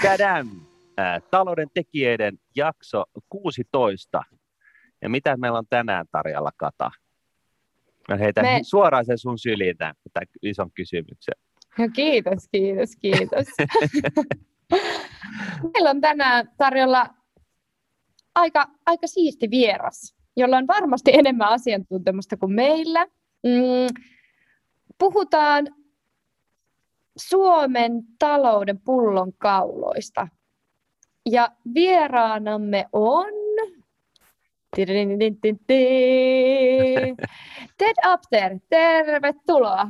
Tadam! Talouden tekijöiden jakso 16. Ja mitä meillä on tänään tarjolla, Kata? Mä heitän suoraan sen sun syliin tämän ison kysymyksen. No, kiitos. Meillä on tänään tarjolla aika siisti vieras, jolla on varmasti enemmän asiantuntemusta kuin meillä. Puhutaan Suomen talouden pullonkauloista. Ja vieraanamme on Ted Apter, tervetuloa.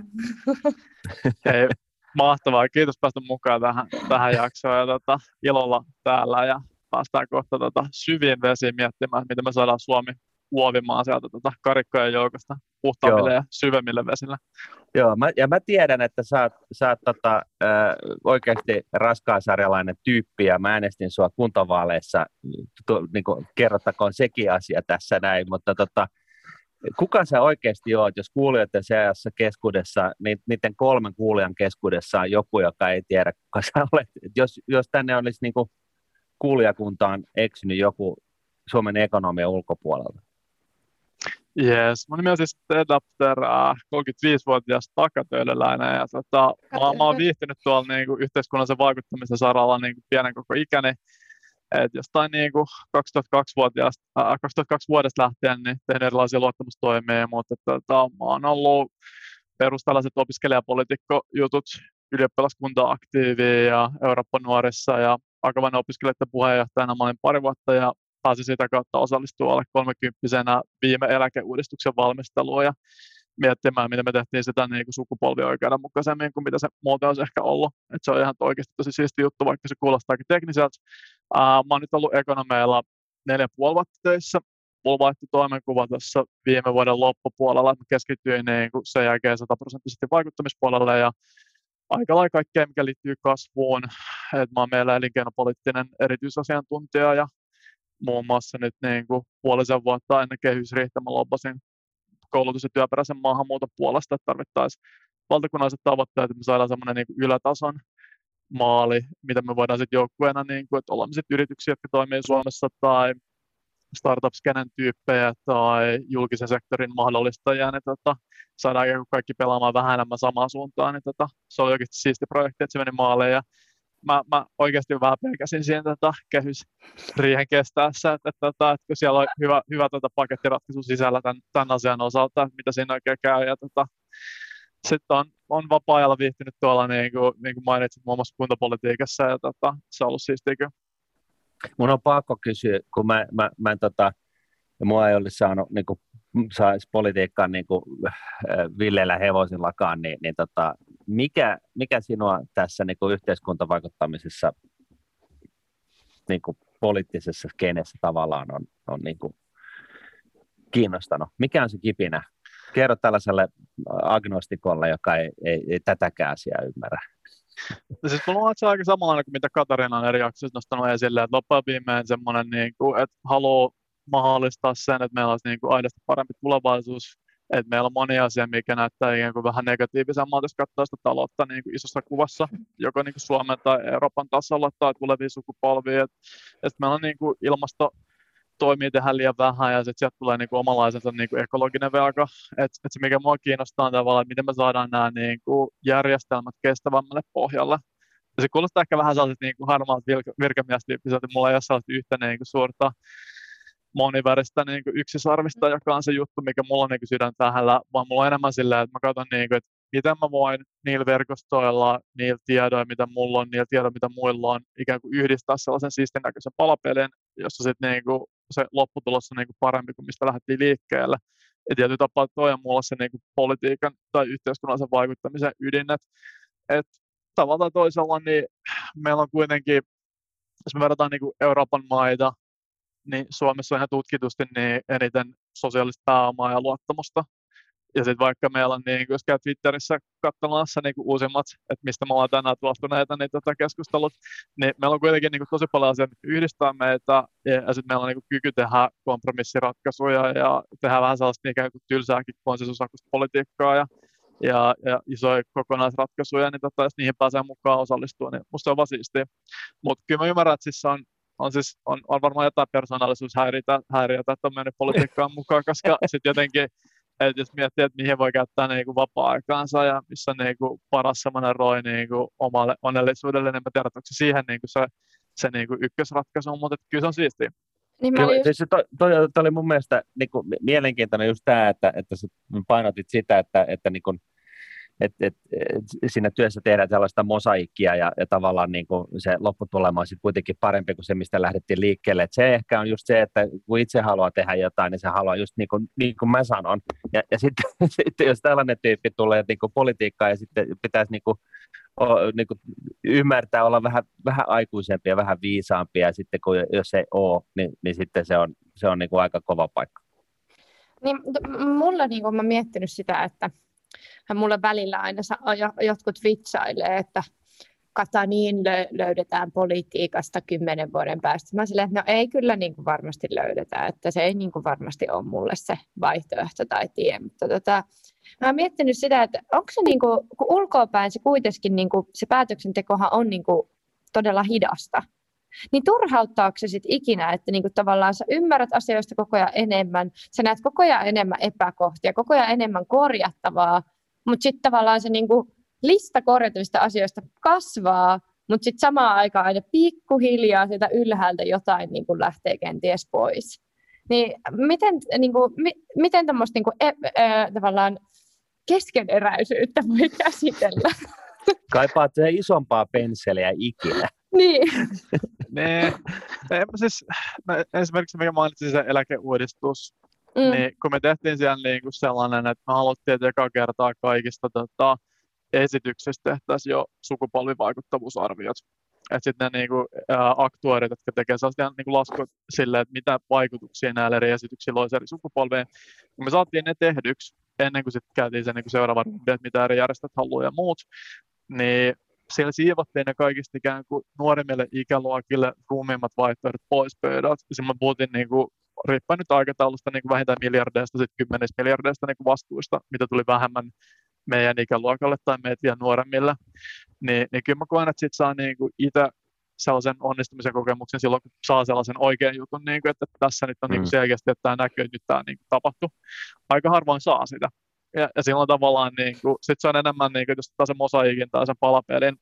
Hei, mahtavaa. Kiitos päästä mukaan tähän jaksoon ja ilolla täällä ja päästään kohta syviin vesiin miettimään, miten me saadaan Suomi luovimaan sieltä karikkojen joukosta puhtaammille ja syvemmille vesille. Joo, mä tiedän, että sä oot oikeasti raskaasarjalainen tyyppi ja mä äänestin sua kuntavaaleissa, niin kerrottakoon sekin asia tässä näin, mutta kuka sä oikeasti oot, jos kuulijoiden seassa keskuudessa, niiden 3 kuulijan keskuudessa on joku, joka ei tiedä, kuka sä olet. Jos tänne olisi niin kuin kuulijakuntaan eksynyt joku Suomen ekonomian ulkopuolelta. Yes, mun nimi on siis Ted Apter, 35-vuotias takatöölöläinen ja mä oon viihtynyt tuolla niinku yhteiskunnallisen vaikuttamisen saralla niinku pienen koko ikäni. Et jostain niinku 2002 vuodesta lähtien niin tehnyt erilaisia luottamustoimia, mutta mä oon ollut tällaiset opiskelijapolitiikkojutut, ylioppilaskunta-aktiivi ja Eurooppa-nuorissa ja Akavan opiskelijoiden puheenjohtajana mä olin 2 vuotta ja pääsin sitä kautta osallistua alle 30-vuotiaana viime eläkeuudistuksen valmisteluun ja miettimään, miten me tehtiin sitä niin kuin sukupolvioikeudenmukaisemmin kuin mitä se muuten olisi ehkä ollut. Et se on ihan oikeasti tosi siisti juttu, vaikka se kuulostaakin tekniseltä. Mä oon nyt ollut ekonomeilla 4,5 vuotta töissä. Mulla vaihtui toimenkuva tuossa viime vuoden loppupuolella. Mä keskityin niin kuin sen jälkeen 100% vaikuttamispuolelle ja aika lailla kaikkea, mikä liittyy kasvuun. Et mä oon meillä elinkeinopoliittinen erityisasiantuntija ja muun muassa nyt niin kuin puolisen vuotta ennen kehysriihtä mä lobbasin koulutus- ja työperäisen maahanmuuton puolesta, että tarvittaisiin valtakunnalliset tavoitteet, että me saadaan semmoinen niin kuin ylätason maali, mitä me voidaan sitten joukkueena, niin kuin, että ollaan me sitten yrityksiä, jotka toimii Suomessa tai startup-skenen tyyppejä tai julkisen sektorin mahdollistajia, niin saadaan kaikki pelaamaan vähän enemmän samaan suuntaan, niin se oli oikeasti siisti projekti, että se meni maaliin ja mä oikeasti vähän pelkäsin siinä kehysriihen kestäessä, että kun siellä on hyvä pakettiratkaisu sisällä tämän asian osalta, mitä siinä oikein käy. Ja sitten on vapaa-ajalla viihtynyt tuolla, niin kuin mainitsit, muun muassa kuntapolitiikassa, ja se on ollut siistiä kyllä. Mun on pakko kysyä, kun mua ei olisi saanut niin kuin, saisi politiikkaan niin kuin, villeillä hevosillakaan, niin mikä sinua tässä niin kuin yhteiskuntavaikuttamisessa niin kuin poliittisessa skenessä tavallaan on niin kuin kiinnostanut? Mikä on se kipinä? Kerro tällaiselle agnostikolle, joka ei tätäkään asiaa ymmärrä. No siis mulla on aika samanlainen kuin mitä Katarina on eri jaksoissa nostanut esille, että loppujen viimein semmoinen, niin kuin, että haluaa mahdollistaa sen, että meillä olisi niin kuin aidosti parempi tulevaisuus, että meillä on moni asia, mikä näyttää ikään kuin vähän negatiivisemmalta, jos katsoo sitä taloutta niin kuin isossa kuvassa, joko niin kuin Suomen tai Euroopan tasolla tai tulevia sukupolvia, että meillä on niin kuin ilmastotoimia tehdään liian vähän ja sitten sieltä tulee niin kuin omanlaisensa niin kuin ekologinen velka, että se mikä minua kiinnostaa on tavallaan, että miten me saadaan nämä niin kuin järjestelmät kestävämmälle pohjalle. Ja se kuulostaa ehkä vähän sellaiset niin kuin harmaalta virkamiestyyppiseltä, mulla ei ole sellaista yhtä niin kuin suurta moniväristä niin kuin yksisarvista, joka on se juttu, mikä mulla on niin kuin sydän tähällä, vaan mulla on enemmän silleen, että mä katson, niin kuin, että miten mä voin niillä verkostoilla, niillä tiedoilla, mitä mulla on, niillä tiedoilla, mitä muilla on, ikään kuin yhdistää sellaisen siistin näköisen palapelin, jossa sitten niin kuin se lopputulos on niin kuin parempi kuin mistä lähdettiin liikkeelle. Ja tietyllä tapaa toi on mulla se niin kuin politiikan tai yhteiskunnallisen vaikuttamisen ydin, että tavalla tai toisella niin meillä on kuitenkin, jos me verrataan niin kuin Euroopan maita, niin Suomessa on ihan tutkitusti niin eniten sosiaalista pääomaa ja luottamusta. Ja sitten vaikka meillä on, niin jos käy Twitterissä katsomassa niin uusimmat, että mistä me ollaan tänään tuostuneita, niin keskustelut, niin meillä on kuitenkin niin tosi paljon asioita, mitkä yhdistää meitä, ja sitten meillä on niin kyky tehdä kompromissiratkaisuja ja tehdä vähän sellaista ikään kuin tylsääkin konsensushakuista politiikkaa. Ja ja isoja kokonaisratkaisuja, niin jos niihin pääsee mukaan osallistua, niin musta se on vaan siistiä. Mutta kyllä mä ymmärrän, että siis on varmaan jotain persoonallisuushäiriötä, että on mennyt politiikkaan mukaan, koska sitten jotenkin, että jos miettii, että mihin voi käyttää niinku vapaa-aikaansa ja missä on niinku paras semmoinen roi niinku omalle onnellisuudelle, niin mä tiedän, että onko se siihen niinku se niinku ykkösratkaisu, mutta kyllä se on siistiä. Niin Kyllä, just... siis toi oli mun mielestä niin kuin, mielenkiintoinen just tämä, että sä painotit sitä, että niin kuin, siinä työssä tehdään sellaista mosaikkia ja tavallaan niin kuin se lopputulema on sitten kuitenkin parempi kuin se, mistä lähdettiin liikkeelle. Et se ehkä on just se, että kun itse haluaa tehdä jotain, niin se haluaa just niin kuin mä sanon. Ja sitten jos tällainen tyyppi tulee niin kuin politiikkaan ja sitten pitäisi niin kuin ymmärtää olla vähän aikuisempia, vähän viisaampia ja sitten jos ei ole, niin sitten se on niin kuin aika kova paikka. Niin, mulla niin kuin mä miettinyt sitä, että mulla välillä aina jotkut vitsailee, että kata niin löydetään politiikasta 10 vuoden päästä. Mä silleen, että no ei kyllä niin kuin varmasti löydetä, että se ei niin kuin varmasti ole mulle se vaihtoehto tai tie. Mutta mä oon miettinyt sitä, että onko se niin kuin, kun ulkoapäin se kuitenkin niin kuin, se päätöksentekohan on niin kuin todella hidasta. Niin turhauttaako se sitten ikinä, että niinku tavallaan sä ymmärrät asioista koko ajan enemmän, sä näet koko ajan enemmän epäkohtia, koko ajan enemmän korjattavaa, mutta sitten tavallaan se niinku lista korjattavista asioista kasvaa, mutta sitten samaan aikaan aina pikkuhiljaa sieltä ylhäältä jotain niinku lähtee kenties pois. Niin miten tämmöistä niinku, tavallaan keskeneräisyyttä voi käsitellä? Kaipaat se isompaa pensseliä ikinä. Niin. Esimerkiksi mikä mainitsin se eläkeuudistus, niin kun me tehtiin siellä niin kuin sellainen, että me haluttiin, että joka kertaa kaikista esityksistä tehtäisiin jo sukupolvivaikuttavuusarviot. Että sitten ne niinku, aktuaarit, jotka tekevät sellaisia niinku laskut silleen, että mitä vaikutuksia näillä eri esityksillä olisi eri sukupolveen. Kun me saatiin ne tehdyksi ennen kuin sitten käytiin se niinku seuraava rundi, että mitä eri järjestöt haluaa ja muut, niin siellä siivottiin ne kaikista ikään kuin nuorimmille ikäluokille ruumiimmat vaihtoehdot pois pöydältä. Ja me puhuttiin niinku, riippuen nyt aikataulusta niin kuin vähintään miljardeista, sitten 10 miljardeista niin kuin vastuista, mitä tuli vähemmän meidän ikäluokalle tai meitä vielä nuoremmille. Niin kyllä mä koen, että sit saa niin kuin itse sellaisen onnistumisen kokemuksen silloin, kun saa sellaisen oikean jutun, niin kuin, että tässä nyt on niin kuin selkeästi, että tämä näkyy, että nyt tämä niin kuin tapahtui. Aika harvoin saa sitä. Ja silloin tavallaan, niin kuin, sit se on enemmän, niin kuin, jos ottaa sen mosaiikin tai sen palapelin,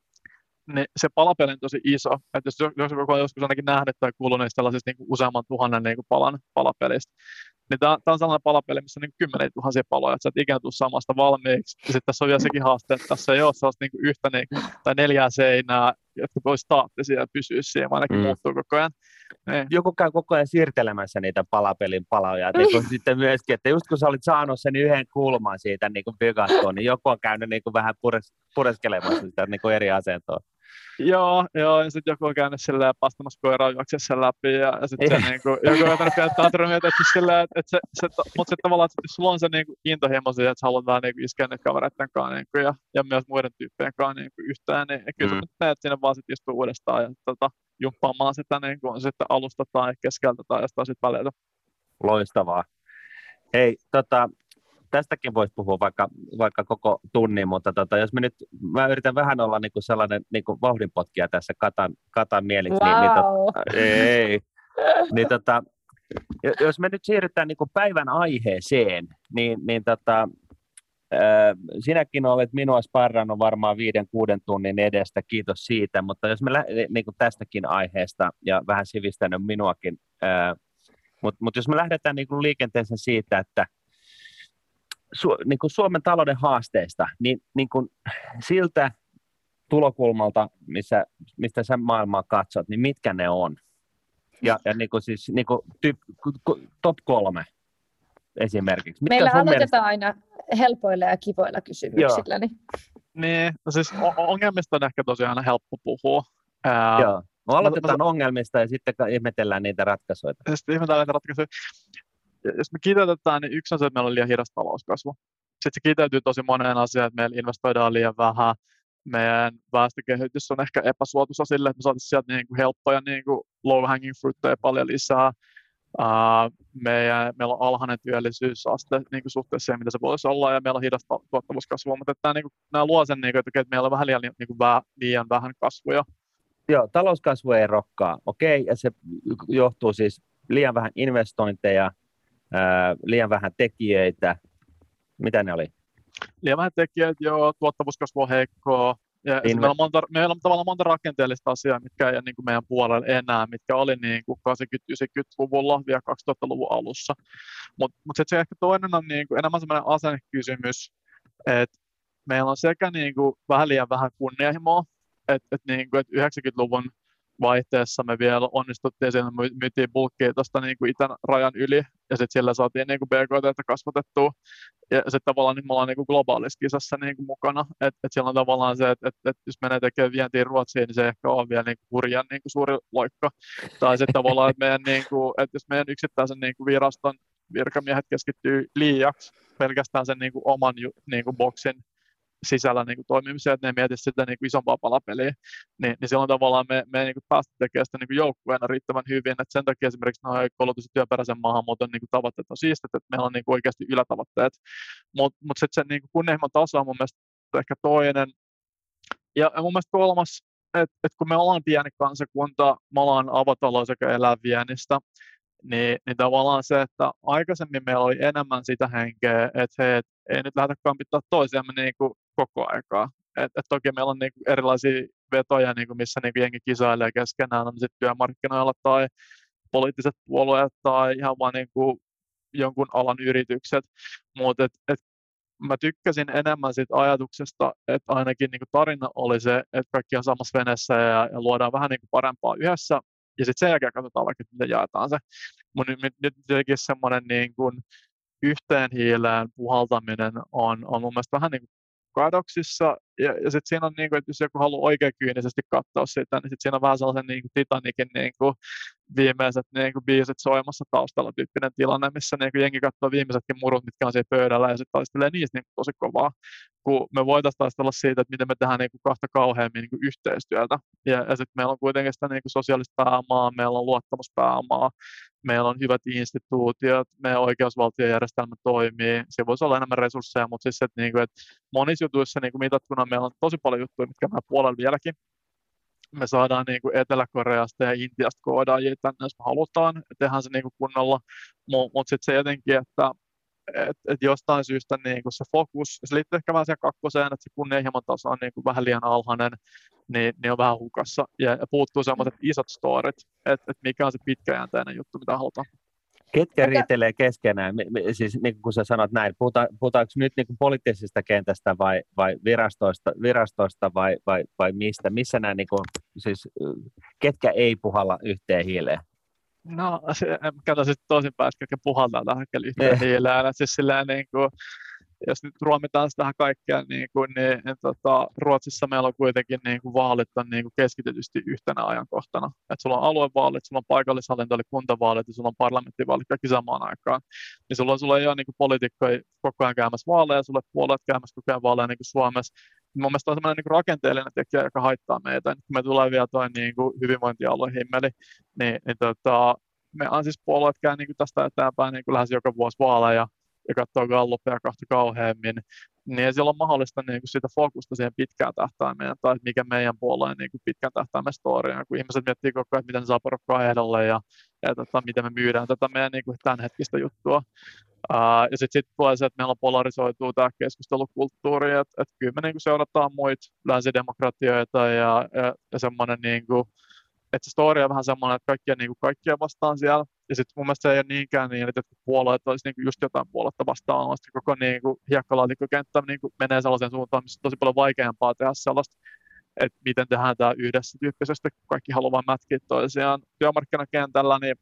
niin se palapeli on tosi iso. Että jos joskus ainakin nähnyt tai kuullut niistä tällaisista niin useamman tuhannen niin palan palapelistä, niin tämä on sellainen palapeli, missä on niin 10 000 paloja, että sä et ikään tule samasta valmiiksi. Ja sitten tässä on vielä sekin haaste, että tässä ei ole sellaista niin yhtä tai 4 seinää, jotka olisi staattisia ja pysyä siinä, vaan ainakin muuttuu koko ajan. Niin. Joku käy koko ajan siirtelemässä niitä palapelin paloja. Sitten myöskin, että just kun sä olit saanut sen yhden kulman siitä niin pygattua, niin joku on käynyt niin vähän pureskelemassa sitä niin eri asentoa. Joo, ja sitten joku on käynyt silleen pastamassa koiraa juoksia sen läpi, ja sitten se niinku, joku on vetänyt pientä tantrumia, että silleen, mutta sitten tavallaan, että jos sulla on se niinku intohimo siihen, että sä haluat vähän niinku iskeä niitä kavereiden kanssa niinku, ja myös muiden tyyppien kanssa niinku yhteen, niin kyllä sä nyt menet sinne vaan sitten istua uudestaan ja jumppaamaan sitä niinku, sitten alusta tai keskeltä tai jostain sitten väliltä. Loistavaa. Hei, tästäkin voisi puhua vaikka koko tunnin, mutta jos mä yritän vähän olla niinku sellainen niinku vauhdinpotkija tässä katan mieliksi, niin jos me nyt siirrytään niinku päivän aiheeseen, niin sinäkin olet minua sparrannut varmaan 5-6 tunnin edestä, kiitos siitä, mutta jos me niinku tästäkin aiheesta ja vähän sivistänyt minuakin, mutta jos me lähdetään niinku liikenteeseen siitä, että niin kuin Suomen talouden haasteista, niin kuin siltä tulokulmalta, mistä sä maailmaa katsot, niin mitkä ne on? Ja niin kuin siis niin kuin top 3 esimerkiksi. Mitkä meillä aloitetaan aina helpoilla ja kivoilla kysymyksillä. Niin, no siis ongelmista on ehkä tosiaan helppo puhua. Joo, aloitetaan ongelmista ja sitten ihmetellään niitä ratkaisuja. Jos me kiteytetään, niin yksi on se, että meillä on liian hidas talouskasvu. Sitten se kiteytyy tosi moneen asiaan, että meillä investoidaan liian vähän. Meidän väestökehitys on ehkä epäsuotuisa sille, että me saataisiin sieltä niin kuin helppoja niin kuin low hanging fruitteja paljon lisää. Meillä on alhainen työllisyysaste niin kuin suhteessa siihen, mitä se voisi olla, ja meillä on hidasta tuottavuuskasvua, mutta nämä luo sen, niin kuin, että meillä on vähän liian vähän kasvuja. Joo, talouskasvu ei rokkaa, okei, ja se johtuu siis liian vähän investointeja, liian vähän tekijöitä. Mitä ne oli? Liian vähän tekijöitä, joo, tuottavuuskasvu on heikkoa. Ja meillä on tavallaan monta rakenteellista asiaa, mitkä ei ole niin kuin meidän puolella enää, mitkä oli niin kuin 80-90-luvulla vielä 2000-luvun alussa. Mutta se ehkä toinen on niin kuin enemmän sellainen asennekysymys, että meillä on sekä niin kuin liian vähän kunnianhimoa, että 90-luvun vaihteessa me vielä onnistuttiin siinä, myytiin bulkkia tuosta niin kuin itän rajan yli, ja sitten sillä saatiin niin kuin BKT kasvatettua, ja sitten tavallaan niin me ollaan niin kuin globaalissa kisassa niin kuin mukana, että siellä on tavallaan se, että jos menee tekemään vientiin Ruotsiin, niin se ehkä on vielä niin kuin hurjan niin kuin suuri loikka, tai sitten tavallaan, että jos meidän yksittäisen niin kuin viraston virkamiehet keskittyy liiaksi pelkästään sen niin kuin oman niin kuin boksin sisällä niin kuin toimimiseen, että ne ei mieti sitä niin kuin isompaa palapeliä, niin silloin tavallaan me ei niin kuin päästä tekemään sitä niin kuin joukkueena riittävän hyvin, että sen takia esimerkiksi nuo koulutus- ja työperäisen maahanmuuton niin kuin tavoitteet on siistit, että meillä on niin kuin oikeasti ylätavoitteet, mutta sitten se niin kuin kunnianhimon taso on mun mielestä ehkä toinen, ja mun mielestä kolmas, että kun me ollaan pieni kansakunta, me ollaan avotalous, joka elää viennistä, niin tavallaan se, että aikaisemmin meillä oli enemmän sitä henkeä, että hei, ei nyt lähdetä kampittaa toisiamme niin kuin koko aikaa. Et toki meillä on niin kuin erilaisia vetoja, niin kuin missä niin kuin jengi kisailee keskenään, on sitten työmarkkinoilla tai poliittiset puolueet tai ihan vaan niin kuin jonkun alan yritykset, mutta mä tykkäsin enemmän siitä ajatuksesta, että ainakin niin kuin tarina oli se, että kaikki on samassa veneessä ja luodaan vähän niin kuin parempaa yhdessä, ja sitten sen jälkeen katsotaan vaikka, miten jaetaan se. Mutta nyt jotenkin semmoinen niin kuin yhteen hiileen puhaltaminen on mun mielestä vähän niin kuin kadoksissa, ja sitten siinä on, niin kuin, että jos joku haluaa oikein kyynisesti katsoa sitä, niin sitten siinä on vähän sellaisen niin kuin Titanicin niin kuin viimeiset niin kuin biisit soimassa taustalla tyyppinen tilanne, missä niin kuin jengi katsoo viimeisetkin murut, mitkä on siellä pöydällä, ja sitten taistelee niistä niin kuin tosi kovaa, kun me voitaisiin taistella siitä, että miten me tehdään niin kuin kahta kauheammin niin kuin yhteistyötä, ja sitten meillä on kuitenkin sitä niin kuin sosiaalista pääomaa, meillä on luottamuspääomaa, meillä on hyvät instituutiot, meidän oikeusvaltiojärjestelmä toimii, se voisi olla enemmän resursseja, mutta siis että monissa jutuissa niin kuin mitattuna meillä on tosi paljon juttuja, mitkä meidän puolella vieläkin. Me saadaan niin kuin Etelä-Koreasta ja Intiasta koodaajia tänne, jos me halutaan, tehdään se niin kuin kunnolla, mutta sitten se jotenkin, että jostain syystä niin kuin se fokus, se liittyy ehkä vähän siihen kakkoseen, että se kunnianhimon taso on niin kuin vähän liian alhainen, niin on vähän hukassa. Ja puuttuu sellaiset isot storit, että mikä on se pitkäjänteinen juttu, mitä halutaan. Ketkä riitelee keskenään? Siis niin kuin sä sanot näin, puhutaanko nyt niin kuin poliittisesta kentästä vai virastoista vai mistä? Missä nämä, niin kuin, siis, ketkä ei puhalla yhteen hiileen? No, katsotaan sitten toisinpäin, ketkä puhaltaa tähän hetkellä yhteen hiileen. Siis silleen, niin kuin, jos nyt ruomitaan tähän kaikkea, niin Ruotsissa meillä on kuitenkin niin kuin vaalit on niin kuin keskitetysti yhtenä ajankohtana. Et sulla on aluevaalit, sulla on paikallishallinto, eli kuntavaalit ja sulla on parlamenttivaalit kaikki samaan aikaan. Niin sulla ei ole niin kuin poliitikkoja koko ajan käymässä vaaleja, sulla ei puolueet käymässä koko ajan vaaleja niin kuin Suomessa. Mun mielestä on sellainen niin kuin rakenteellinen tekijä, joka haittaa meitä. Kun me tulee vielä toi niin kuin hyvinvointialuehimmeli, niin me on siis puolueet käy niin kuin tästä eteenpäin niin kuin lähes joka vuosi vaaleja, ja katsoo gallupia kahta kauheammin, niin siellä on mahdollista niin kuin sitä fokusta siihen pitkään tähtäimeen, tai mikä meidän puolueen niin kuin pitkän tähtäimen storia, kun ihmiset miettii koko ajan, että miten ne saa porukkaa ehdolle, ja miten me myydään tätä meidän niin kuin tämänhetkistä juttua. Ja sitten tulee se, että meillä polarisoituu tämä keskustelukulttuuri, että kyllä me niin kuin seurataan muita länsidemokratioita, ja semmoinen niin kuin, että se story on vähän semmoinen, että kaikkia vastaan siellä. Ja sitten mun mielestä se ei ole niinkään niin, että puolueet olisi niin just jotain puoluetta vastaan, vaan koko niin hiekkalaatikkokenttä niin menee sellaiseen suuntaan, missä on tosi paljon vaikeampaa tehdä sellaista, että miten tehdään tämä yhdessä tyyppisesti, kun kaikki haluaa mätkiä toisiaan. Työmarkkinakentällä niin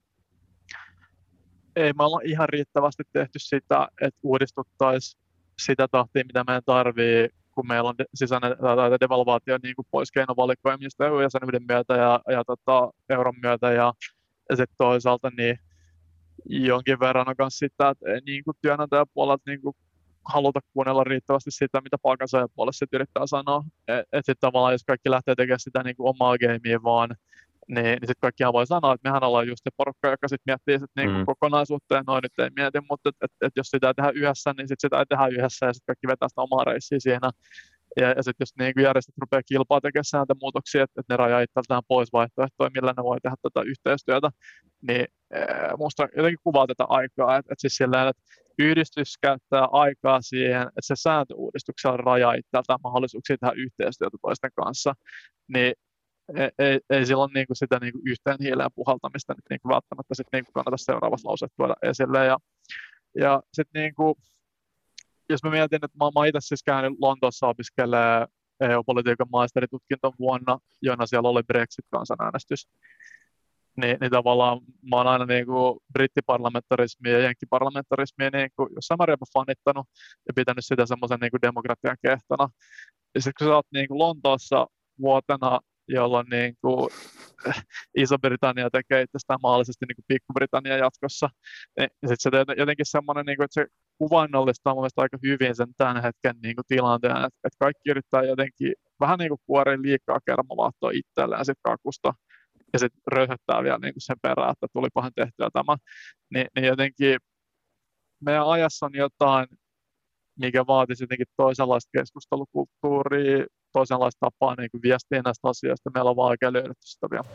ei me olla ihan riittävästi tehty sitä, että uudistuttaisiin sitä tahtia, mitä meidän tarvii, kun meillä on sisäinen devalvaatio niin kuin pois keinovalikoimista EU-jäsenyyden myötä ja euron myötä, ja sitten toisaalta niin jonkin verran on myös sitä, että ei niin kuin työnantajapuolelta niin kuin haluta kuunnella riittävästi sitä, mitä palkansaajapuolella sitten yrittää sanoa. Että sitten tavallaan, jos kaikki lähtee tekemään sitä niin kuin omaa gameia vaan, niin sitten kaikkihan voi sanoa, että mehän ollaan just se porukka, joka sitten miettii sit niinku kokonaisuutta ja noin nyt ei mieti, mutta et jos sitä ei tehdä yhdessä, niin sitten sitä ei tehdä yhdessä ja sitten kaikki vetää sitä omaa reissiä siinä. Ja sitten jos niinku järjestöt rupeaa kilpaa tekemään sääntömuutoksia, että ne rajaa itseltään pois vaihtoehtoja, millä ne voi tehdä tätä yhteistyötä, niin minusta jotenkin kuvaa tätä aikaa, että siis silleen, että yhdistys käyttää aikaa siihen, että se sääntöuudistuksella rajaa itseltään mahdollisuuksia tehdä yhteistyötä toisten kanssa, niin ei silloin niinku sitä niinku yhteen hiileen puhaltamista nyt niinku välttämättä sit niinku kannata seuraavassa lauseessa tuoda esille. Ja sitten niinku, jos mä mietin, että mä oon itse siis käynyt Lontoossa opiskelemaan EU-politiikan maisteritutkinton vuonna, jona siellä oli Brexit-kansanäänestys, niin tavallaan mä oon aina niinku brittiparlamentarismia ja jenkkiparlamentarismia niinku jossain määrin jopa fanittanut ja pitänyt sitä semmoisen niinku demokratian kehtona. Ja sitten kun sä oot niinku Lontoossa vuotena, jolloin niinku Iso-Britannia tekee itsestään mahdollisesti niinku Pikku-Britannia jatkossa, niin sitten se jotenkin semmoinen, niinku, että se kuvainnollistaa mun mielestä aika hyvin sen tämän hetken niinku tilanteen, että kaikki yrittää jotenkin vähän niin kuin kuoria liikaa kermavaahtoa itselleen sit kakusta ja sitten röyhöttää vielä niinku sen perään, että tulipahan tehtyä tämä. Niin jotenkin meidän ajassa on jotain, mikä vaatisi jotenkin toisenlaista keskustelukulttuuria, toisenlaista tapaa niin kuin viestiä näistä asioista. Meillä on vaan oikein löydetty sitä vielä.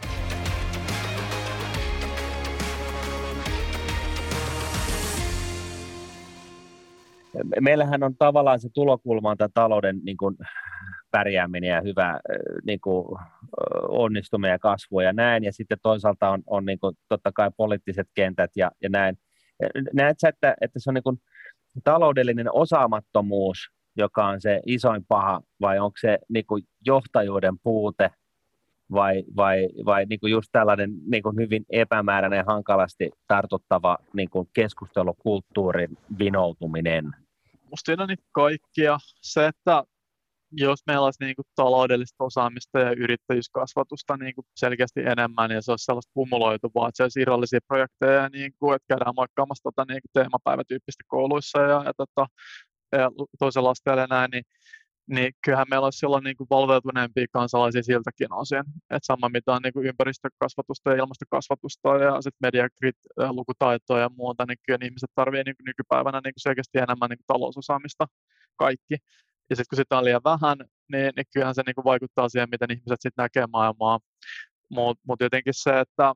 Meillähän on tavallaan se tulokulma tämän talouden niin kuin pärjääminen ja hyvä niin kuin onnistuminen ja kasvu ja näin, ja sitten toisaalta on niin kuin, totta kai poliittiset kentät ja näin. Näetkö, että se on niin kuin taloudellinen osaamattomuus, joka on se isoin paha, vai onko se niin kuin johtajuuden puute, vai niin kuin just tällainen niin kuin hyvin epämääräinen ja hankalasti tartuttava niin kuin keskustelukulttuurin vinoutuminen? Musta siinä on niin kaikkia. Se, että jos meillä olisi niin kuin taloudellista osaamista ja yrittäjyyskasvatusta niin kuin selkeästi enemmän, ja se olisi sellaista kumuloituvaa, että se olisi irrallisia projekteja, niin kuin, että käydään moikkaamassa niin kuin teemapäivätyyppistä kouluissa ja toisella asteella näin, niin kyllähän meillä olisi silloin niin kuin valveutuneempia kansalaisia siltäkin osin. Että sama mitä on niin kuin ympäristökasvatusta ja ilmastokasvatusta ja sitten medialukutaitoa ja muuta, niin kyllä ihmiset tarvitsevat niin nykypäivänä niin kuin selkeästi enemmän niin kuin talousosaamista kaikki. Ja sitten kun sitä on liian vähän, niin kyllähän se niin kuin vaikuttaa siihen, miten ihmiset sitten näkee maailmaa. Mutta jotenkin se, että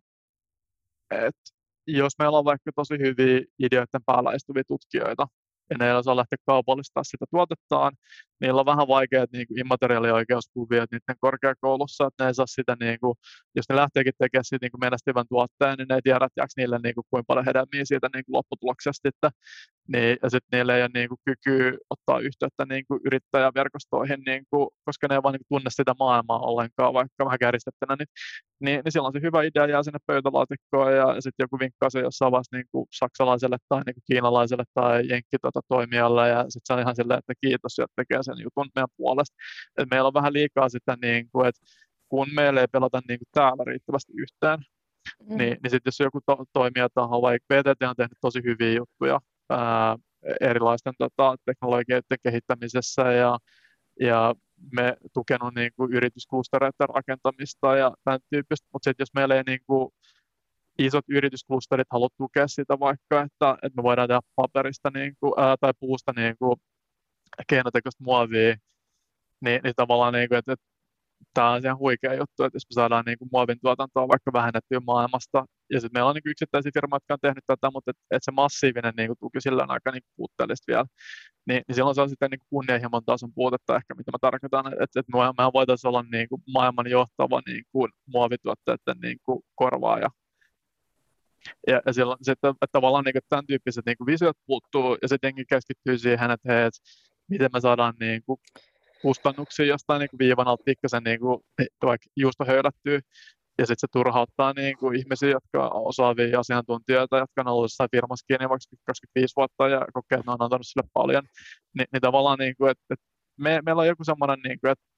jos meillä on vaikka tosi hyviä ideoiden päällä istuvia tutkijoita, ja ne ei osaa lähteä kaupallistaa sitä tuotettaan, niillä on vähän vaikeat niin kuin immateriaalioikeuskuviot niiden korkeakoulussa, että ne ei saa sitä, niin kuin, jos ne lähteekin tekemään siitä niin kuin menestyvän tuotteen, niin ne ei tiedä, että jääkö niille niin kuin, kuinka paljon hedelmiä siitä niin kuin lopputuloksesta, ja sitten niillä ei ole niin kuin, kykyä ottaa yhteyttä niin kuin, yrittäjäverkostoihin, niin kuin, koska ne ei vaan niin kuin, tunne sitä maailmaa ollenkaan, vaikka vähän kärjistettynä, niin silloin se hyvä idea jää sinne pöytälaatikkoon ja sitten joku vinkkaa se jossain vaiheessa niin kuin saksalaiselle tai niin kuin kiinalaiselle tai toimijalle ja sitten se on ihan silleen, että kiitos, että tekee sen jutun meidän puolesta. Et meillä on vähän liikaa sitä, niin kuin, että kun meillä ei pelata niin kuin täällä riittävästi yhteen, niin sitten jos joku toimijataho, vaikka PTT on tehnyt tosi hyviä juttuja erilaisten teknologioiden kehittämisessä ja me tukenut niin kuin yritysklustereiden rakentamista ja tämän tyyppistä, mutta sitten jos meillä ei niin kuin isot yritysklusterit halua tukea sitä vaikka, että me voidaan tehdä paperista niin kuin, tai puusta niin kuin keinotekoista muovia, niin tavallaan, niin kuin, että tämä on ihan huikea juttu, että jos me saadaan niin kuin muovin tuotantoa vaikka vähennettyä maailmasta, ja sitten meillä on niin kuin yksittäisiä firmoja, jotka on tehnyt tätä, mutta että se massiivinen niin kuin tuki sillä on aika niin kuin puutteellista vielä, niin silloin se on sitten niin kuin kunnianhimon tason puutetta ehkä, mitä mä tarkoitan, että mehän voitaisiin olla niin kuin maailman johtava niin kuin muovituotteiden niin kuin korvaaja. Ja silloin sitten, että tavallaan niin kuin tämän tyyppiset niin kuin visiot puuttuu, ja sitten keskittyy siihen, että hei, miten me saadaan niin kuin kustannuksia jostain niin kuin viivan alta pikkasen niin kuin, vaikka juusto höylättyy, ja sitten se turhauttaa niin kuin ihmisiä, jotka on osaavia asiantuntijoita, jotka on ollut jossain firmassa kiinni vaikka 25 vuotta ja kokee, että ne on antanut sille paljon, niin tavallaan, niin kuin, että meillä on joku semmoinen, niin kuin, että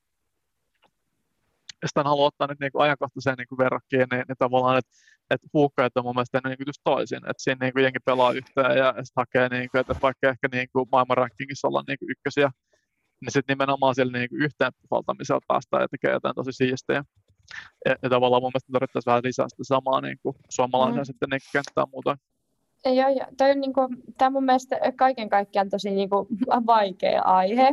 sitä haluaa ottaa nyt niin kuin ajankohtaiseen niin kuin verrokkiin, niin tavallaan, että huuhkajat on mun mielestä niin just toisin, että siinä niin kuin jengi pelaa yhteen ja sitten hakee, niin kuin, että vaikka ehkä niin kuin maailman rankingissa ollaan niin kuin ykkösiä, niin sitten nimenomaan sillä niin kuin yhteen puhaltamisella päästään ja tekee jotain tosi siistiä. Ja tavallaan mun mielestä tarvittaisiin vähän lisää sitä samaa niin kuin suomalaisia sitten niin kenttää muuta. Joo. Tämä on, tämä on mun mielestä kaiken kaikkiaan tosi vaikea aihe.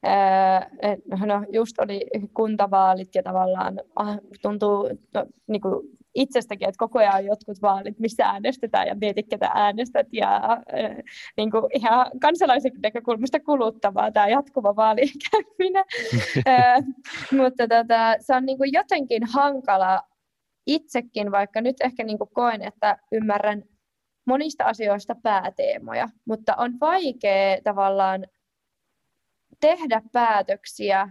No, just oli kuntavaalit ja tavallaan tuntuu itsestäkin, että koko ajan on jotkut vaalit, missä äänestetään ja mietit, ketä äänestät. Ja ihan kansalaisen näkökulmasta kuluttavaa tämä jatkuva vaalikäyminen. Mutta se on jotenkin hankala itsekin, vaikka nyt ehkä koen, että ymmärrän monista asioista pääteemoja, mutta on vaikea tavallaan tehdä päätöksiä,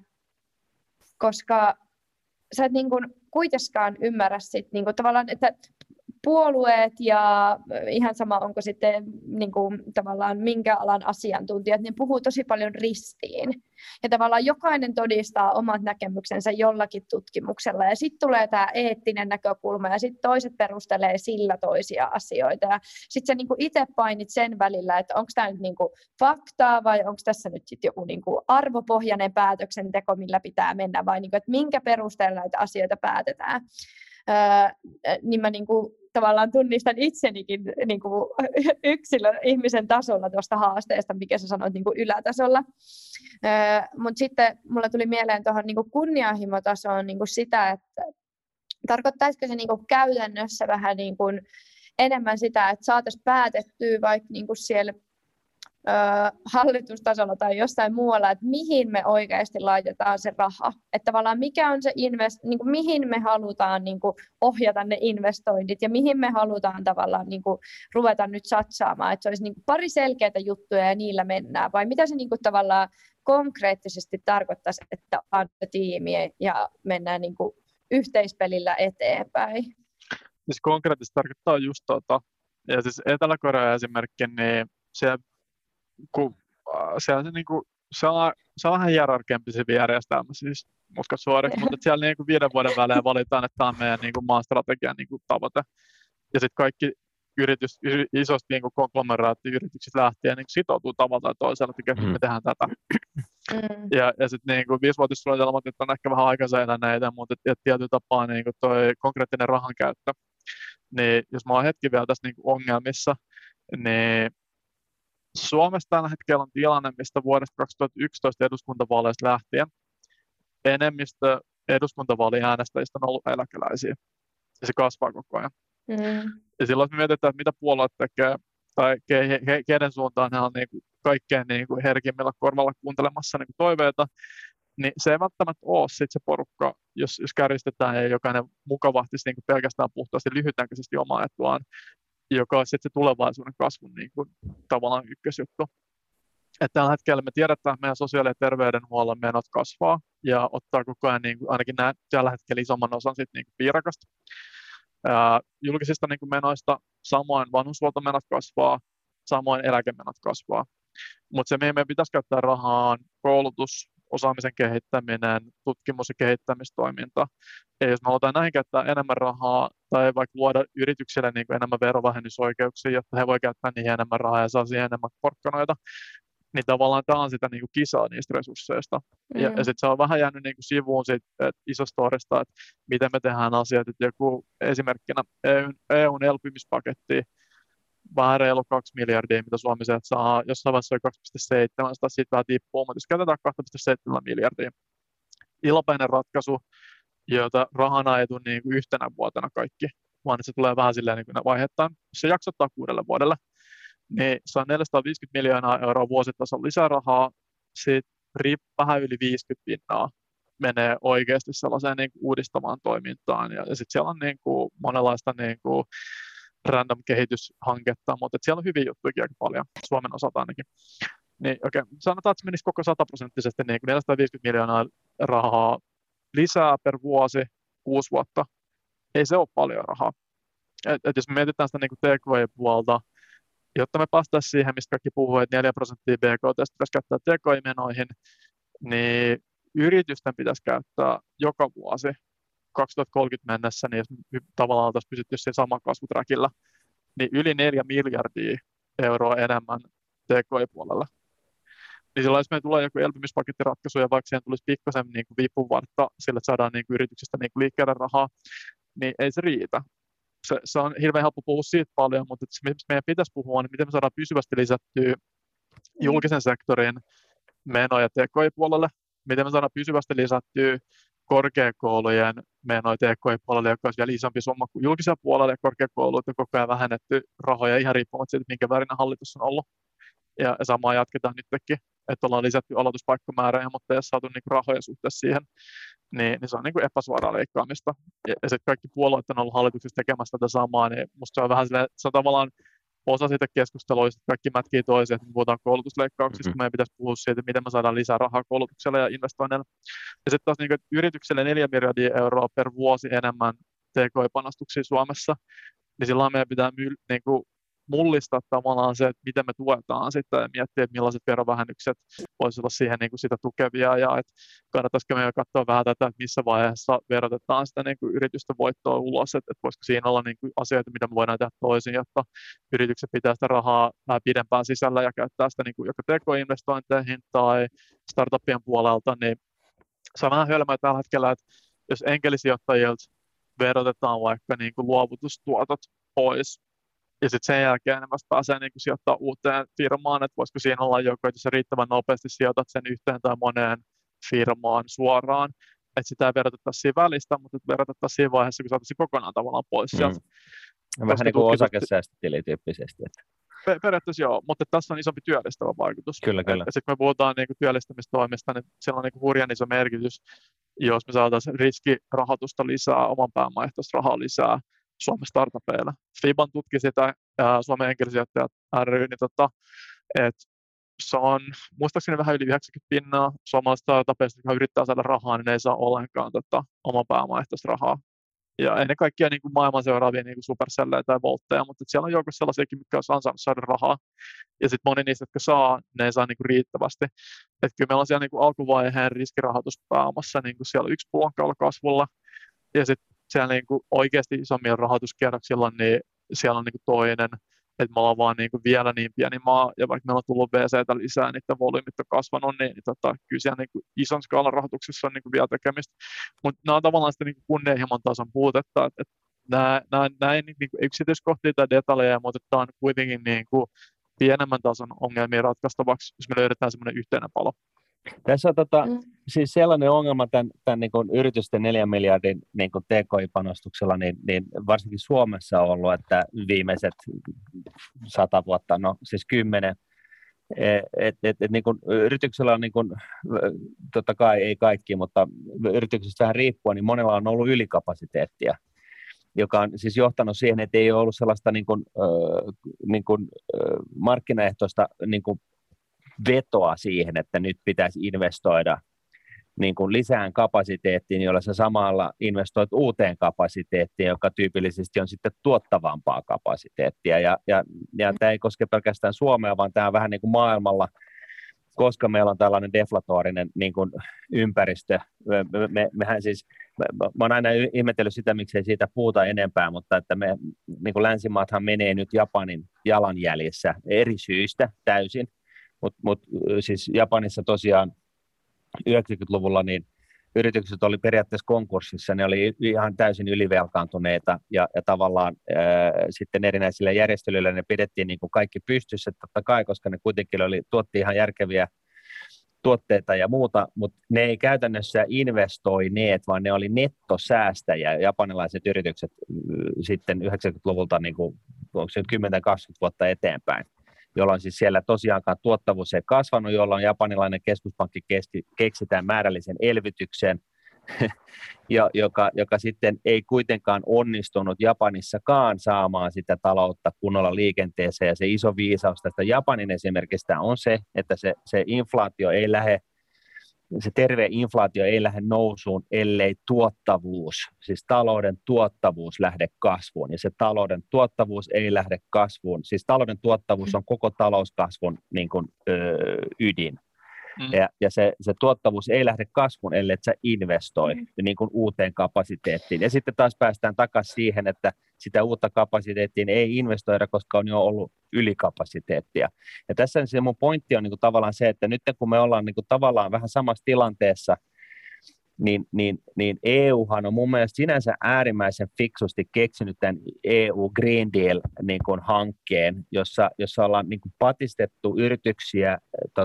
koska sä et kuitenkaan ymmärrä sit, tavallaan, että puolueet ja ihan sama onko sitten tavallaan minkä alan asiantuntijat, niin puhuu tosi paljon ristiin. Ja tavallaan jokainen todistaa omat näkemyksensä jollakin tutkimuksella. Ja sitten tulee tämä eettinen näkökulma ja sitten toiset perustelee sillä toisia asioita. Ja sitten sä itse painit sen välillä, että onko tämä nyt faktaa vai onko tässä nyt sit joku arvopohjainen päätöksenteko, millä pitää mennä vai että minkä perusteella näitä asioita päätetään. Niin mä tavallaan tunnistan itsenikin ihmisen tasolla tuosta haasteesta, mikä sä sanoit ylätasolla. Mutta sitten mulla tuli mieleen tuohon kunnianhimotasoon sitä, että tarkoittaisiko se käytännössä vähän enemmän sitä, että saataisiin päätettyä vaikka siellä hallitustasolla tai jossain muualla, että mihin me oikeasti laitetaan se raha. Että tavallaan mikä on se mihin me halutaan ohjata ne investoinnit ja mihin me halutaan tavallaan ruveta nyt satsaamaan. Että se olisi pari selkeää juttuja ja niillä mennään. Vai mitä se tavallaan konkreettisesti tarkoittaisi, että on tiimiä ja mennään yhteispelillä eteenpäin? Siis konkreettisesti tarkoittaa just ja siis Etelä-Korea esimerkki, niin se on vähän hierarkiampi se järjestelmä, siis mutka suoriksi, mutta siellä 5 vuoden välein valitaan, että tämä on meidän maan strategian tavoite. Ja sitten kaikki isosti konglomeraatti-yritykset lähtien sitoutuu tavalla tai toisella, että me tehdään tätä. Ja sitten 5-vuotissuunnitelmat on ehkä vähän aikansa eläneitä, mutta tietyllä tapaa toi konkreettinen rahan käyttö. Niin jos mä oon hetki vielä tässä ongelmissa, niin Suomessa tällä hetkellä on tilanne, mistä vuodesta 2011 eduskuntavaaleista lähtien enemmistö eduskuntavaaliäänestäjistä on ollut eläkeläisiä. Ja se kasvaa koko ajan. Ja silloin me mietitään, että mitä puolueet tekee, tai keiden suuntaan he on kaikkein herkimmillä korvalla kuuntelemassa toiveita, niin se ei välttämättä ole sit se porukka, jos kärjistetään ja jokainen mukavasti pelkästään puhtaasti lyhytnäköisesti omaa etuaan, joka on sitten se tulevaisuuden kasvun tavallaan ykkösjuttu. Että tällä hetkellä me tiedetään, että meidän sosiaali- ja terveydenhuollon menot kasvaa ja ottaa koko ajan ainakin tällä hetkellä isomman osan piirakasta. Julkisista menoista samoin vanhushuoltomenot kasvaa, samoin eläkemenot kasvaa. Mutta se, mihin meidän pitäisi käyttää rahaa, on koulutus, osaamisen kehittäminen, tutkimus- ja kehittämistoiminta. Ja jos me halutaan näihin käyttää enemmän rahaa tai vaikka luoda yrityksille enemmän verovähennysoikeuksia, jotta he voi käyttää niihin enemmän rahaa ja saa siihen enemmän porkkanoita, niin tavallaan tämä on sitä kisaa niistä resursseista. Ja sitten se on vähän jäänyt sivuun siitä isosta storista, että miten me tehdään asiat. Että joku esimerkkinä EUn elpymispaketti, vähän reilu 2 miljardia, mitä Suomi saa, jossain vaiheessa oli 2,7, siitä vähän tippuu, mutta jos käytetään 2,7 miljardia. Ilopäinen ratkaisu, jota rahana ei tule yhtenä vuotena kaikki, vaan se tulee vähän silleen vaiheittain. Se jaksottaa 6 vuodelle, niin se on 450 miljoonaa euroa vuositasolla lisää rahaa, sitten vähän yli 50 pinnaa menee oikeasti sellaiseen uudistamaan toimintaan, ja sitten siellä on monenlaista random kehityshanketta, mutta siellä on hyviä juttuja aika paljon, Suomen osalta ainakin. Niin, okei. Sanotaan, että se menisi koko 100% 450 miljoonaa rahaa lisää per vuosi, 6 vuotta. Ei se ole paljon rahaa. Et jos me mietitään sitä TKI-puolta, jotta me päästäisiin siihen, mistä kaikki puhuu, että 4% BKT pitäisi käyttää TKI-menoihin, niin yritysten pitäisi käyttää joka vuosi 2030 mennessä, niin jos tavallaan oltaisiin pysytty siinä saman kasvuträkillä, niin yli 4 miljardia euroa enemmän TKI-puolella. niin silloin jos meillä tulee joku elpymispakettiratkaisu ja vaikka siihen tulisi pikkasen niin kuin vipuvartta sillä, että saadaan niin kuin yrityksistä niin kuin liikkeelle rahaa, niin ei se riitä. Se on hirveän helppo puhua siitä paljon, mutta se, mistä meidän pitäisi puhua, niin miten me saadaan pysyvästi lisättyä julkisen sektorin menoja TKI-puolelle, miten me saadaan pysyvästi lisättyä korkeakoulujen menoja TKI-puolelle, joka olisi vielä isompi summa kuin julkisella puolella, ja korkeakouluilta koko ajan vähennetty rahoja ihan riippumatta siitä, minkä värinen hallitus on ollut. Ja samaa jatketaan nytkin, että ollaan lisätty aloituspaikkamäärää, mutta ei ole saatu niinku rahoja suhteessa siihen, niin se on niinku epäsuoraa leikkaamista. Ja sitten kaikki puolueet on ollut hallituksessa tekemässä tätä samaa, niin musta se on vähän silleen, se on tavallaan osa siitä keskustelua, että kaikki mätkii toisiaan, että me puhutaan koulutusleikkauksista, kun meidän pitäisi puhua siitä, miten me saadaan lisää rahaa koulutukselle ja investoinneille. Ja sitten taas niin yritykselle 4 miljardia euroa per vuosi enemmän TKI-panostuksia Suomessa, niin silloin meidän pitää niin kuin mullistaa tavallaan se, että miten me tuetaan sitten ja miettiä, että millaiset verovähennykset voisivat olla siihen niin kuin sitä tukevia ja että kannattaisiko meidän katsoa vähän tätä, että missä vaiheessa verotetaan sitä niin kuin yritysten voittoa ulos, että voisiko siinä olla niin kuin asioita, mitä me voidaan tehdä toisin, jotta yritykset pitää sitä rahaa vähän pidempään sisällä ja käyttää sitä niin kuin joko teko-investointeihin tai startupien puolelta, niin se on vähän hölmöä tällä hetkellä, että jos enkelisijoittajilta verotetaan vaikka niin kuin luovutustuotot pois, ja sitten sen jälkeen ne vasta pääsee niin sijoittamaan uuteen firmaan, että voisiko siinä olla joku, että sä riittävän nopeasti sijoitat sen yhteen tai moneen firmaan suoraan, että sitä ei verotettaisi siinä välistä, mutta verotettaisiin siinä vaiheessa, kun saataisiin kokonaan tavallaan pois sieltä. Vähän niin kuin osakesäästötilityyppisesti. Periaatteessa joo, mutta tässä on isompi työllistävä vaikutus. Kyllä. Ja sitten kun me puhutaan niin kuin työllistämistoimista, niin sillä on niin kuin hurjan iso merkitys, jos me saataisiin riskirahoitusta lisää, oman pääoman ehtoista rahaa lisää Suomen startupeilla. FIBAN tutki sitä, Suomen enkelisijoittajat ry, niin että se on muistaakseni vähän yli 90% suomalaisista startupeista, jotka yrittää saada rahaa, niin ne ei saa ollenkaan oman pääoman ehtoista rahaa. Ja ennen kaikkea niin kuin maailman seuraavia niin kuin Supercellejä tai Voltteja, mutta siellä on joukossa sellaisiakin, mitkä olisi ansainnut saada rahaa. Ja sitten moni niistä, jotka saa, ne ei saa niin kuin riittävästi. Että kyllä meillä on siellä niin kuin alkuvaiheen riskirahoituspääomassa niin kuin siellä yksi pullonkaula kasvulla. Ja sitten siellä niin kuin oikeasti isommilla rahoituskierroksilla, niin siellä on niin kuin toinen. Että me ollaan vaan niin kuin vielä niin pieni maa, ja vaikka meillä on tullut VC:tä lisää, niiden volyymit on kasvanut, niin kyllä siellä niin kuin ison skaalan rahoituksessa on niin kuin vielä tekemistä. Mutta nämä on tavallaan sitä niin kuin kunnianhimon tason puutetta, että nämä ei niin kuin yksityiskohtia tai detaljeja, mutta tämä on kuitenkin niin kuin pienemmän tason ongelmia ratkaistavaksi, jos me löydetään semmoinen yhteinen palo. Tässä on siis sellainen ongelma tämän niin kuin yritysten 4 miljardin niin kuin TKI-panostuksella, niin varsinkin Suomessa on ollut, että viimeiset 100 vuotta, no siis 10, niin kuin yrityksellä on, niin kuin, totta kai ei kaikki, mutta yrityksistä vähän riippuen, niin monella on ollut ylikapasiteettia, joka on siis johtanut siihen, että ei ole ollut sellaista niin kuin markkinaehtoista niin kuin vetoa siihen, että nyt pitäisi investoida niin kuin lisään kapasiteettiin, jolla sä samalla investoit uuteen kapasiteettiin, joka tyypillisesti on sitten tuottavampaa kapasiteettia. Ja tämä ei koske pelkästään Suomea, vaan tämä on vähän niin kuin maailmalla, koska meillä on tällainen deflatorinen niin kuin ympäristö. Mehän siis, mä oon aina ihmetellyt sitä, miksei siitä puhuta enempää, mutta että me niin kuin länsimaathan menee nyt Japanin jalanjäljissä eri syistä täysin. Mutta siis Japanissa tosiaan 90-luvulla niin yritykset oli periaatteessa konkurssissa, ne oli ihan täysin ylivelkaantuneita ja tavallaan sitten erinäisillä järjestelyillä ne pidettiin niin kuin kaikki pystyssä, totta kai, koska ne kuitenkin tuotti ihan järkeviä tuotteita ja muuta, mutta ne ei käytännössä investoineet, vaan ne oli nettosäästäjiä, japanilaiset yritykset sitten 90-luvulta niin kuin, onko se 10-20 vuotta eteenpäin, jolloin siis siellä tosiaankaan tuottavuus ei kasvanut, jolloin japanilainen keskuspankki keksi tämän määrällisen elvytyksen, joka sitten ei kuitenkaan onnistunut Japanissakaan saamaan sitä taloutta kunnolla liikenteeseen. Ja se iso viisaus tästä Japanin esimerkistä on se, että se inflaatio ei lähde, se terve inflaatio ei lähde nousuun, ellei tuottavuus, siis talouden tuottavuus lähde kasvuun. Ja se talouden tuottavuus ei lähde kasvuun. Siis talouden tuottavuus on koko talouskasvun niin kuin, ydin. Ja se tuottavuus ei lähde kasvuun, ellei sä investoi niin kuin uuteen kapasiteettiin. Ja sitten taas päästään takaisin siihen, että sitä uutta kapasiteettia ei investoida, koska on jo ollut ylikapasiteettia. Ja tässä se mun pointti on niin kuin tavallaan se, että nyt kun me ollaan niin kuin tavallaan vähän samassa tilanteessa, niin EUhan on mun mielestä sinänsä äärimmäisen fiksusti keksinyt tämän EU Green Deal niin kuin hankkeen, jossa ollaan niin kuin patistettu yrityksiä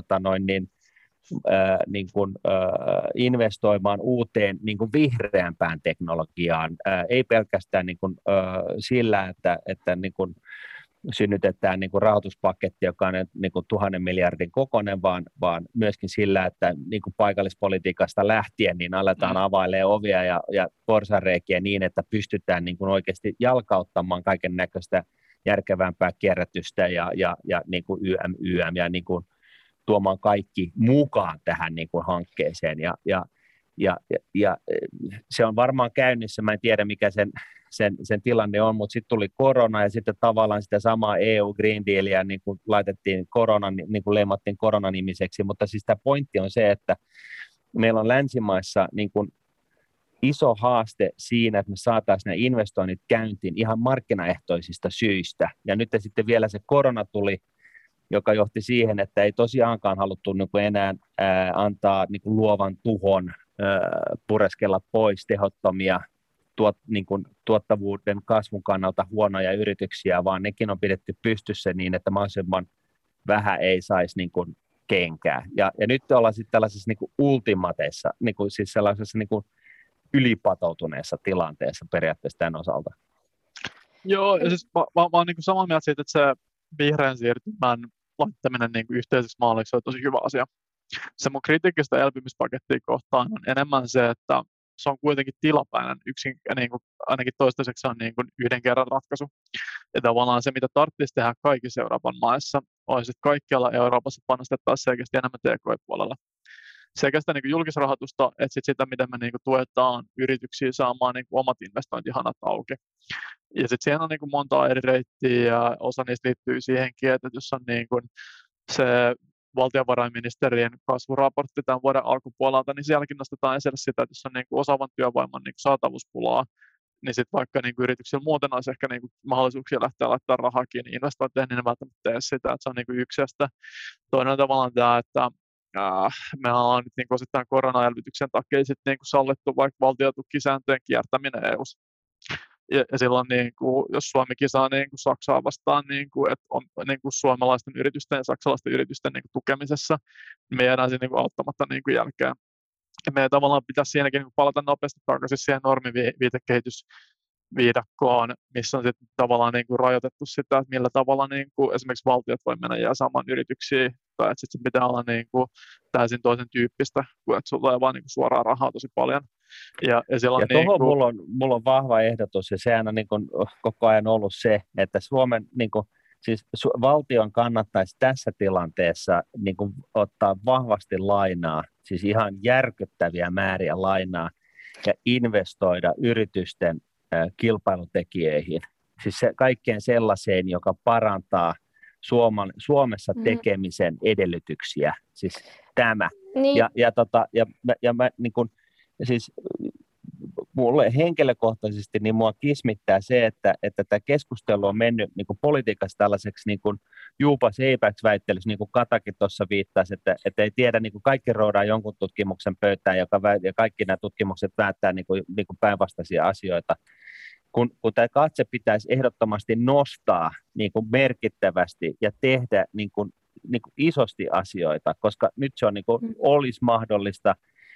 investoimaan uuteen niin kuin vihreämpään teknologiaan, ei pelkästään niin kuin, sillä, että niin kuin synnytetään niin kuin rahoituspaketti, joka on niin kuin 1 000 miljardin kokoinen, vaan myöskin sillä, että niin kuin paikallispolitiikasta lähtien niin aletaan availemaan ovia ja porsareikiä niin, että pystytään niin kuin oikeasti jalkauttamaan kaiken näköistä järkevämpää kierrätystä ja niin kuin YM ja niin kuin tuomaan kaikki mukaan tähän niin kuin hankkeeseen. Ja se on varmaan käynnissä, mä en tiedä mikä sen tilanne on, mutta sitten tuli korona ja sitten tavallaan sitä samaa EU Green Dealia niin kuin laitettiin niin kuin leimattiin koronanimiseksi, mutta siis tämä pointti on se, että meillä on länsimaissa niin kuin iso haaste siinä, että me saataisiin nämä investoinnit käyntiin ihan markkinaehtoisista syistä. Ja nyt sitten vielä se korona tuli, joka johti siihen, että ei tosiaankaan haluttu niin kuin enää antaa niin kuin luovan tuhon pureskella pois tehottomia niin kuin tuottavuuden kasvun kannalta huonoja yrityksiä, vaan nekin on pidetty pystyssä niin, että mahdollisimman vähän ei saisi niin kuin kenkää. Ja nyt ollaan sitten tällaisessa niin kuin ultimateissa, niin kuin siis sellaisessa niin kuin ylipatoutuneessa tilanteessa periaatteessa tämän osalta. Joo, ja siis mä oon niin kuin samaa mieltä siitä, että se vihreän siirtymän laittaminen niin kuin yhteiseksi maaliksi on tosi hyvä asia. Se mun kritiikistä elpymispakettia kohtaan on enemmän se, että se on kuitenkin tilapäinen, niin kuin, ainakin toistaiseksi on niin kuin yhden kerran ratkaisu. Ja tavallaan se, mitä tarvitsisi tehdä kaikissa Euroopan maissa, olisi, että kaikkialla Euroopassa panostettaisiin selkeästi enemmän TK-puolella. Sekä sitä niin kuin julkisrahoitusta, että sitä, miten me niin kuin tuetaan yrityksiä saamaan niin kuin omat investointihanat auki. Ja sitten siihen on niin kuin monta eri reittiä, ja osa niistä liittyy siihenkin, että jos on niin kuin se valtiovarainministeriön kasvuraportti tämän vuoden alkupuolelta, niin sielläkin nostetaan esille sitä, että jos on niin kuin osaavan työvoiman niin kuin saatavuuspulaa, niin sitten vaikka niin kuin yrityksillä muuten olisi ehkä niin kuin mahdollisuuksia lähteä laittamaan rahaa kiinni investointeihin, niin ne välttämättä tee sitä, että se on niin kuin yksi. Ja toinen on tavallaan tämä, että me ollaan nyt niin kuin osittain koronaelvytyksen takia sitten niin kuin sallittu vaikka valtiotukisääntöjen kiertäminen EU:ssa. Ja silloin, niin kuin, jos Suomikin saa niin kuin Saksaa vastaan, niin kuin, että on niin kuin suomalaisten yritysten ja saksalaisten yritysten niin kuin tukemisessa, niin me jäädään siinä niin kuin auttamatta niin kuin jälkeen. Ja meidän tavallaan pitäisi siinäkin niin kuin palata nopeasti takaisin siihen normiviitekehitysviidakkoon, missä on sitten tavallaan niin kuin rajoitettu sitä, että millä tavalla niin kuin esimerkiksi valtiot voi mennä jäämään yrityksiin, tai että sitten se pitää olla niin kuin täysin toisen tyyppistä, kuin että sulla tulee vaan niin kuin suoraa rahaa tosi paljon. Ja tuohon niin kuin mulla on vahva ehdotus, ja sehän on niin kuin koko ajan ollut se, että Suomen niin kuin, siis valtion kannattaisi tässä tilanteessa niin kuin ottaa vahvasti lainaa, siis ihan järkyttäviä määriä lainaa, ja investoida yritysten kilpailutekijöihin, siis kaikkeen sellaiseen, joka parantaa Suomessa tekemisen edellytyksiä, siis tämä. Niin. Ja mä niin kuin, siis mulle henkilökohtaisesti niin mua kismittää se, että tämä keskustelu on mennyt niin kuin politiikassa tällaiseksi niin kuin juupas eipäksi väittelyksi, niin kuin Katakin tuossa viittasi, että ei tiedä, niin kuin kaikki roodaan jonkun tutkimuksen pöytään, ja kaikki nämä tutkimukset väittää niin kuin päinvastaisia asioita. Kun tämä katse pitäisi ehdottomasti nostaa niin kuin merkittävästi ja tehdä niin kuin isosti asioita, koska nyt se on niin kuin, olisi mahdollista,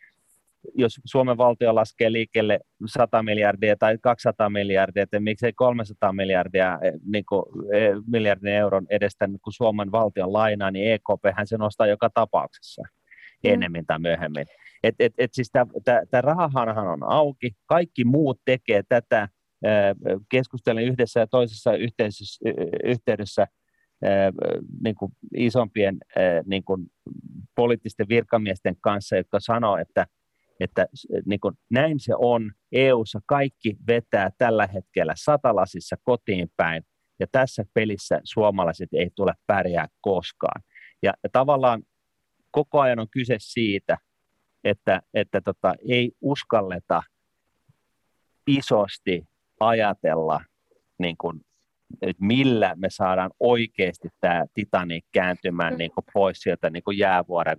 jos Suomen valtio laskee liikkeelle 100 miljardia tai 200 miljardia, että miksei 300 miljardia niin kuin, miljardin euron edestä niin kuin Suomen valtion lainaa, niin EKPhän se nostaa joka tapauksessa ennemmin tai myöhemmin. Siis tämä rahahanhan on auki, kaikki muut tekee tätä, keskustelen yhdessä ja toisessa yhteydessä niin kuin isompien niin kuin poliittisten virkamiesten kanssa, jotka sanoo, että niin kuin näin se on. EU:ssa kaikki vetää tällä hetkellä satalasissa kotiin päin, ja tässä pelissä suomalaiset ei tule pärjää koskaan. Ja tavallaan koko ajan on kyse siitä, että ei uskalleta isosti ajatella niin kuin, että millä me saadaan oikeasti tämä Titanic kääntymään niin kuin pois sieltä niin kuin jäävuoren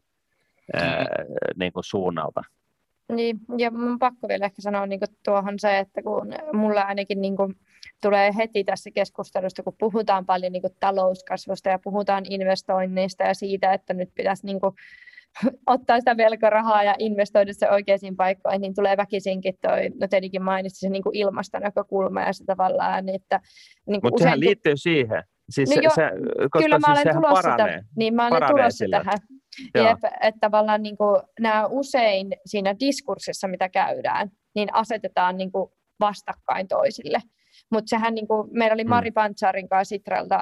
niin kuin suunnalta. Niin, ja mun pakko vielä ehkä sanoa niin tuohon se, että kun mulla ainakin niin kuin tulee heti tässä keskustelusta, kun puhutaan paljon niin kuin talouskasvusta ja puhutaan investoinneista ja siitä, että nyt pitäisi niin kuin ottaa sitä velkarahaa ja investoida se oikeisiin paikkoihin, niin tulee väkisinkin toi, no Tedikin mainitsi se niin kuin ilmastonäkökulma ja se tavallaan, että niin mutta sehän liittyy siihen. Siis no koska kyllä mä olen sehän tulossa paranee. Niin mä olen tulossa sillä. tähän. Jep, että tavallaan niin kuin, nämä usein siinä diskurssissa, mitä käydään, niin asetetaan niin kuin vastakkain toisille. Mutta sehän, niin kuin, meillä oli Mari Pantsarin kanssa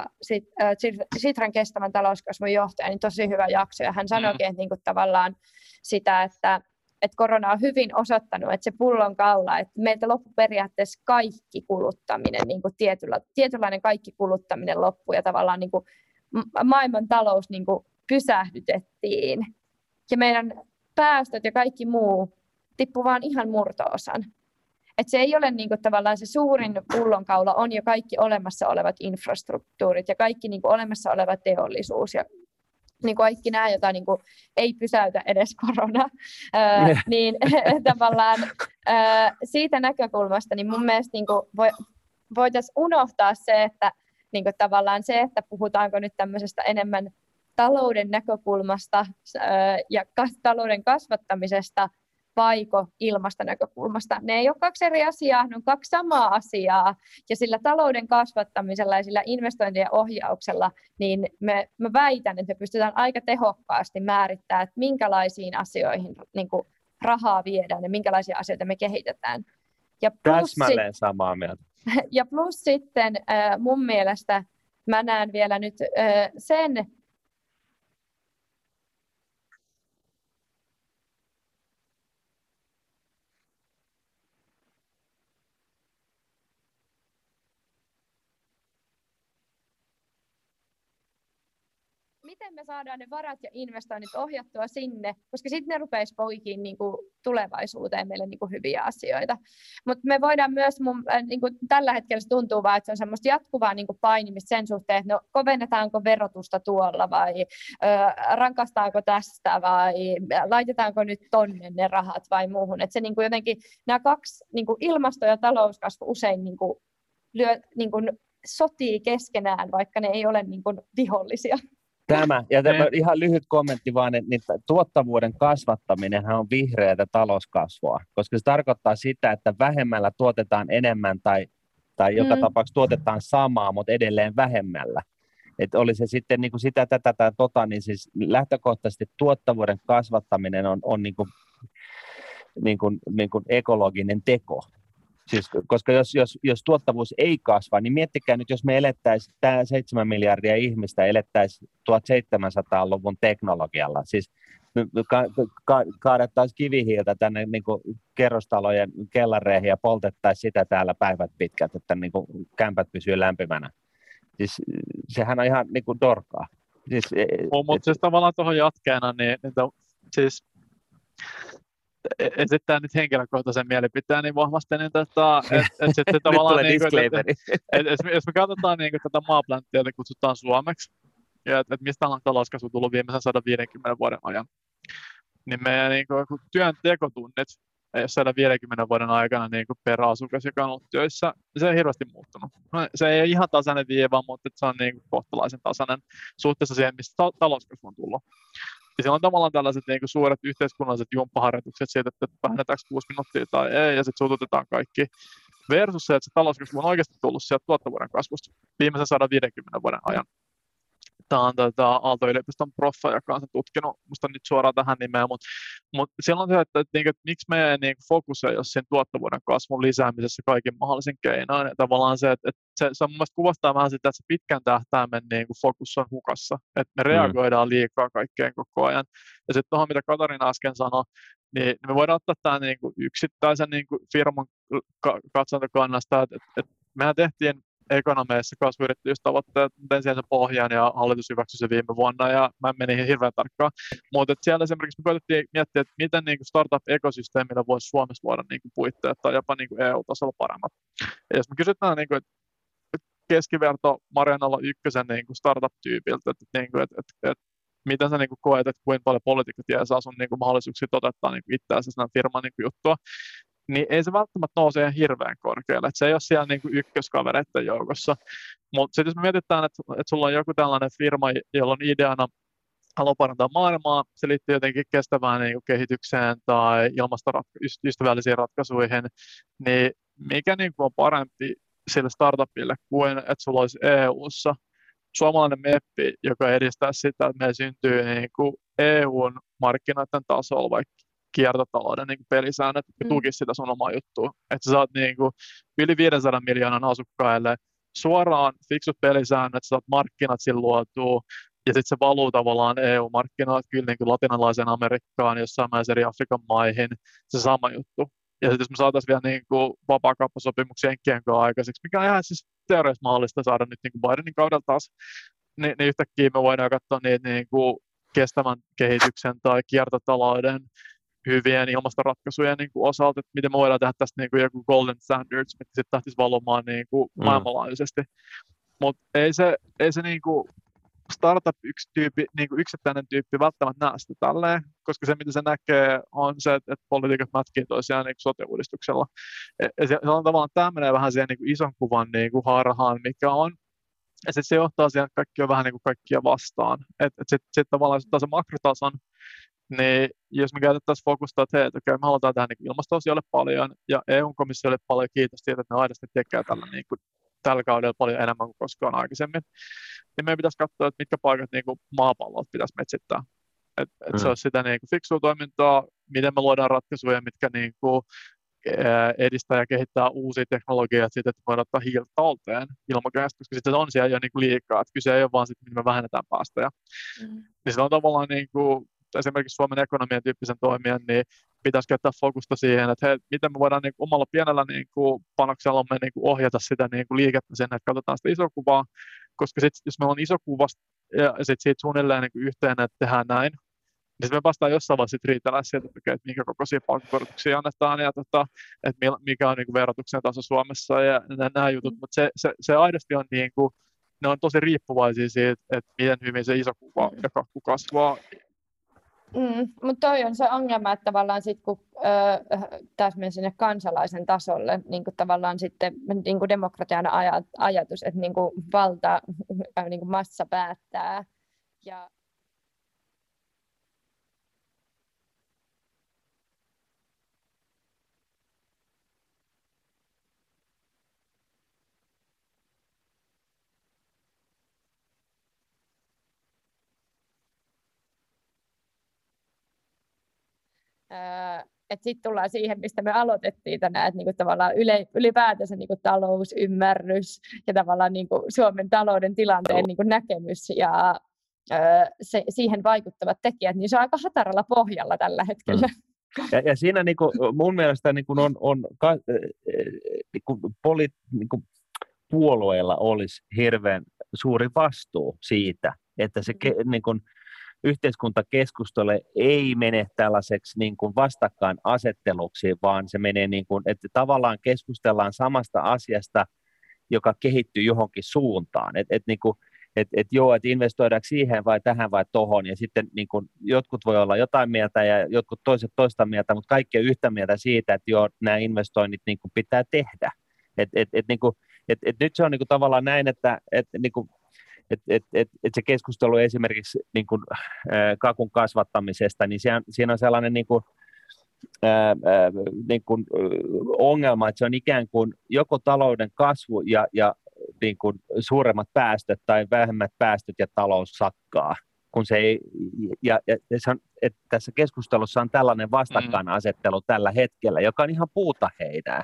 Sitran kestävän talouskasvun johtaja, niin tosi hyvä jakso, ja hän sanoikin, että niin kuin, tavallaan sitä, että korona on hyvin osoittanut, että se pullonkaula, että meiltä loppu periaatteessa kaikki kuluttaminen, niin kuin tietynlainen kaikki kuluttaminen loppui, ja tavallaan niin kuin, maailman talous niin kuin, pysähdytettiin. Ja meidän päästöt ja kaikki muu tippui vaan ihan murto-osan. Et se ei ole niinku tavallaan se suurin pullonkaula on jo kaikki olemassa olevat infrastruktuurit ja kaikki niinku olemassa oleva teollisuus ja niinku kaikki nämä, joita niinku ei pysäytä edes korona. Niin tavallaan siitä näkökulmasta niin mun mielestä niinku voitaisiin unohtaa se, että niinku tavallaan se, että puhutaanko nyt tämmöisestä enemmän talouden näkökulmasta ja talouden kasvattamisesta vaiko ilmastonäkökulmasta. Ne ei ole kaksi eri asiaa, ne on kaksi samaa asiaa. Ja sillä talouden kasvattamisella ja sillä investointien ohjauksella, niin mä väitän, että me pystytään aika tehokkaasti määrittämään, että minkälaisiin asioihin niin kuin rahaa viedään ja minkälaisia asioita me kehitetään. Ja täsmälleen samaa mieltä. Ja plus sitten mun mielestä mä näen vielä nyt sen, miten me saadaan ne varat ja investoinnit ohjattua sinne, koska sitten ne rupeaisi poikiin niin kuin tulevaisuuteen meille niin kuin hyviä asioita. Mutta me voidaan myös, niin kuin tällä hetkellä se tuntuu vaan, että se on semmoista jatkuvaa niin kuin painimista sen suhteen, että no kovennetaanko verotusta tuolla vai rankastaanko tästä vai laitetaanko nyt tonne ne rahat vai muuhun. Että se niin kuin jotenkin, nämä kaksi, niin kuin ilmasto- ja talouskasvu usein niin kuin niin kuin sotii keskenään, vaikka ne ei ole niin kuin vihollisia. Tämä ihan lyhyt kommentti vaan, että tuottavuuden kasvattaminenhan on vihreätä talouskasvua, koska se tarkoittaa sitä, että vähemmällä tuotetaan enemmän tai joka tapauksessa tuotetaan samaa, mutta edelleen vähemmällä. Että oli se sitten niin kuin sitä, tätä tai tota, niin siis lähtökohtaisesti tuottavuuden kasvattaminen on niin kuin ekologinen teko. Siis, koska jos tuottavuus ei kasva, niin miettikää nyt, jos me elettäisiin, tämä 7 miljardia ihmistä elettäisiin 1700-luvun teknologialla. Siis kaadettaisiin kivihiiltä tänne niin kuin kerrostalojen kellareihin ja poltettaisiin sitä täällä päivät pitkät, että niin kuin kämpät pysyy lämpimänä. Siis sehän on ihan niin kuin dorkaa. Mutta siis tavallaan tuohon jatkeena, niin siis esittää nyt henkilökohtaisen mielipiteen niin vahvasti, niin sitten tavallaan niin jos me katsotaan niin tätä maaplanttia, jota kutsutaan Suomeksi, ja että mistä on talouskasvu tullut viimeisen 150 vuoden ajan, niin meidän niin työn tekotunnit ei ole 150 vuoden aikana niin per asukas, joka on ollut töissä, niin se ei hirveästi muuttunut. No, se ei ole ihan tasainen viiva, mutta se on niin kohtalaisen tasainen suhteessa siihen, mistä talouskasvu on tullut. Ja siellä on tavallaan tällaiset niin suuret yhteiskunnalliset jumppaharjoitukset siitä, että vähennetäänkö 6 minuuttia tai ei, ja sitten suututetaan kaikki. Versus se, että se talouskasvu on oikeasti tullut sieltä tuottavuuden kasvusta viimeisen 150 vuoden ajan. Tämä on Aalto-yliopiston proffa, joka on sen tutkinut, musta nyt suoraan tähän nimeen, mutta siellä on se, että miksi meidän niin fokus ei ole siinä tuottavuuden kasvun lisäämisessä kaikin mahdollisin keinoin. Ja tavallaan se, että se mun mielestä kuvastaa vähän sitä, että se pitkän tähtäimen niin fokus on hukassa, että me reagoidaan liikaa kaikkeen koko ajan. Ja sitten tuohon, mitä Katarina äsken sanoi, niin me voidaan ottaa tämä niin yksittäisen niin firman katsantokannasta, että mehän tehtiin ekonomeissa kasvuyrittäjyystavoitteet, tein siellä sen pohjan ja hallitus hyväksyi se viime vuonna ja mä menin hirveän tarkkaan. Mutta siellä esimerkiksi me koitettiin miettiä, että miten niin startup-ekosysteemillä voisi Suomessa luoda niin puitteet tai jopa niin EU-tasolla paremmat. Ja jos me kysytään, niin kuin, että keskiverto Marianalla ykkösen niin kuin startup-tyypiltä, että miten sä niin kuin koet, että kuinka paljon poliitikot saa sun niin kuin mahdollisuuksia toteuttaa niin kuin itse asiassa firman niin kuin juttua, niin ei se välttämättä nouse ihan hirveän korkealle, että se ei ole siellä niin kuin ykköskavereiden joukossa. Mutta sitten jos me mietitään, että sulla on joku tällainen firma, jolla on ideana haluaa parantaa maailmaa, se liittyy jotenkin kestävään niin kuin kehitykseen tai ilmastoystävällisiin ratkaisuihin, niin mikä niin kuin on parempi sille startupille kuin että sulla olisi EU:ssa suomalainen meppi, joka edistää sitä, että meillä syntyy niin kuin EUn markkinoiden tasolla vaikka kiertotalouden niin kuin pelisäännöt, jotka tukisivat sitä sun omaa juttua. Että sä saat niin kuin yli 500 miljoonan asukkaille suoraan fiksut pelisäännöt, sä saat markkinat sillä luotua, ja sitten se valuu tavallaan EU-markkinoille kyllä niin kuin latinalaiseen Amerikkaan, jossain määrin eri Afrikan maihin, se sama juttu. Ja sitten jos me saataisiin vielä niin kuin vapaakauppasopimuksia Jenkkien kanssa aikaiseksi, mikä on ihan siis teoriassa mahdollista saada nyt niin kuin Bidenin kaudella taas, niin yhtäkkiä me voidaan katsoa niitä niin kuin kestävän kehityksen tai kiertotalouden hyvien ilmastoratkaisujen niin kuin osalta, että miten me voidaan tehdä tästä niin kuin joku golden standards, mitkä sitten lähtisi valumaan niin kuin maailmanlaajuisesti. Mutta ei se niin kuin startup niin kuin yksittäinen tyyppi välttämättä näe sitä tälleen, koska se mitä se näkee on se, että poliitikot mätkii toisiaan niin sote-uudistuksella. Se on tavallaan, tämä menee vähän siihen niin kuin ison kuvan niin kuin harhaan, mikä on. Ja sitten se johtaa siihen, että kaikki on vähän niin kuin kaikkia vastaan. Sitten tavallaan jos ottaa se makrotason, niin jos me käytettäisiin fokusta, että hei, okei, me halutaan tähän niin ilmasto-osiolle paljon ja EU-komissiolle paljon kiitos siitä, että ne aidosti tekee tällä kaudella paljon enemmän kuin koskaan aikaisemmin, niin meidän pitäisi katsoa, että mitkä paikat niin kuin maapallolta pitäisi metsittää. Että se olisi sitä niin kuin fiksua toimintaa, miten me luodaan ratkaisuja, mitkä niin kuin edistää ja kehittää uusia teknologioita siitä, että me voidaan ottaa hiiltä talteen ilmakehästä, koska sitten on siellä jo niin kuin liikaa, että kyse ei ole vaan siitä, miten me vähennetään päästöjä. Niin se on tavallaan niin kuin, esimerkiksi Suomen ekonomian tyyppisen toimijan, niin pitäisi käyttää fokusta siihen, että hei, miten me voidaan niin kuin omalla pienellä niin kuin panoksellamme niin kuin ohjata sitä niin kuin liikettä sinne, että katsotaan sitä isoa kuvaa, koska sitten jos meillä on iso kuva ja sitten siitä suunnilleen niin kuin yhteen, että tehdään näin, niin sitten me päästään jossain vaiheessa riitellä sieltä, että minkä kokoisia palkkakorotuksia annetaan ja että mikä on niin kuin verotuksen taso Suomessa ja nämä jutut, mutta se aidosti on niin kuin, ne on tosi riippuvaisia siitä, että miten hyvin se iso kuva ja kakku kasvaa. Mutta toi on se ongelma, että tavallaan sit, kun taas menen sinne kansalaisen tasolle, niin kuin tavallaan sitten niin kuin demokratian ajatus, että niin kuin valta, niin kuin massa päättää. Ja että sitten tullaan siihen, mistä me aloitettiin tänään, että niinku tavallaan ylipäätänsä niinku talousymmärrys ja tavallaan niinku Suomen talouden tilanteen niinku näkemys ja siihen vaikuttavat tekijät, niin se on aika hataralla pohjalla tällä hetkellä. Ja siinä niinku, mun mielestä niinku niinku puolueilla olisi hirveän suuri vastuu siitä, että se niinku, yhteiskuntakeskustelu ei mene tällaiseksi niin kuin vastakkainasetteluksi, vaan se menee niin kuin, että tavallaan keskustellaan samasta asiasta, joka kehittyy johonkin suuntaan. Että investoidaanko siihen vai tähän vai tohon, ja sitten niin kuin, jotkut voi olla jotain mieltä ja jotkut toiset toista mieltä, mutta kaikki on yhtä mieltä siitä, että nämä investoinnit niin kuin pitää tehdä. Nyt se on niin kuin, tavallaan näin, että niin kuin, se keskustelu esimerkiksi niin kuin, kakun kasvattamisesta, niin siinä on sellainen niin kuin ongelma, että se on ikään kuin joko talouden kasvu ja niin kuin suuremmat päästöt tai vähemmät päästöt ja talous sakkaa. Kun se ei, ja se on, että tässä keskustelussa on tällainen vastakkainasettelu tällä hetkellä, joka on ihan puuta heinää.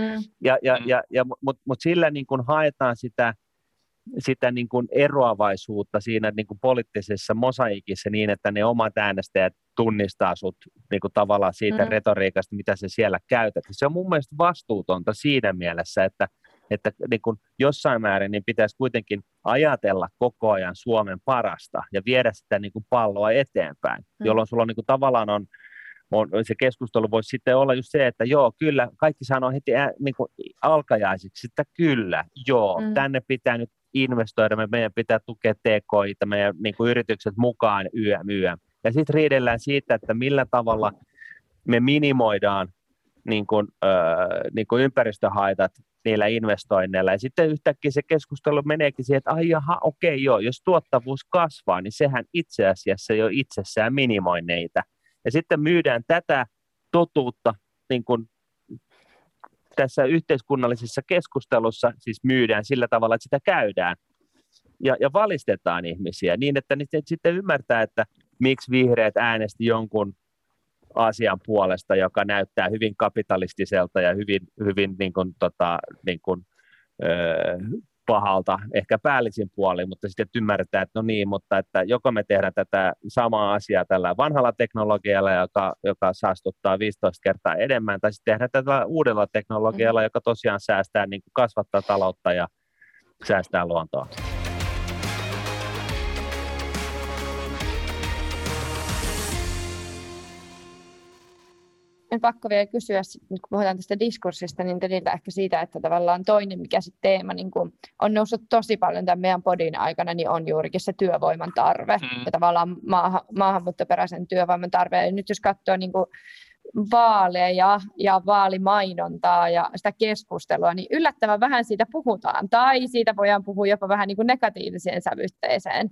Mutta sillä niin kuin haetaan sitä niin kuin eroavaisuutta siinä niin kuin poliittisessa mosaikissa niin, että ne omat äänestäjät tunnistaa sut niin kuin tavallaan siitä retoriikasta, mitä se siellä käytät. Se on mun mielestä vastuutonta siinä mielessä, että niin kuin jossain määrin niin pitäisi kuitenkin ajatella koko ajan Suomen parasta ja viedä sitä niin kuin palloa eteenpäin, jolloin sulla on, niin kuin tavallaan se keskustelu voisi sitten olla just se, että joo, kyllä, kaikki sanoo heti niin kuin alkajaisiksi, että kyllä, joo, tänne pitää nyt investoida, meidän pitää tukea TKI:tä, meidän niin kuin yritykset mukaan YM. Ja sitten riidellään siitä, että millä tavalla me minimoidaan niin kuin ympäristöhaitat niillä investoinneilla. Ja sitten yhtäkkiä se keskustelu meneekin siihen, että okei, joo, jos tuottavuus kasvaa, niin sehän itse asiassa jo itsessään minimoi niitä. Ja sitten myydään tätä totuutta niin kuin tässä yhteiskunnallisessa keskustelussa, siis myydään sillä tavalla, että sitä käydään ja valistetaan ihmisiä niin, että ne sitten ymmärtää, että miksi vihreät äänesti jonkun asian puolesta, joka näyttää hyvin kapitalistiselta ja hyvin pahalta, ehkä päällisin puolin, mutta sitten ymmärretään, että no niin, mutta että joko me tehdään tätä samaa asiaa tällä vanhalla teknologialla, joka saastuttaa 15 kertaa enemmän, tai sitten tehdään tätä uudella teknologialla, joka tosiaan säästää, niin kuin kasvattaa taloutta ja säästää luontoa. On pakko vielä kysyä, kun puhutaan tästä diskurssista, niin teiltä ehkä siitä, että tavallaan toinen, mikä sitten teema niin kun on noussut tosi paljon tämän meidän podin aikana, niin on juurikin se työvoiman tarve ja tavallaan maahanmuuttoperäisen työvoiman tarve. Ja nyt jos katsoo niin kun vaaleja ja vaalimainontaa ja sitä keskustelua, niin yllättävän vähän siitä puhutaan, tai siitä voidaan puhua jopa vähän niin kuin negatiiviseen sävytteeseen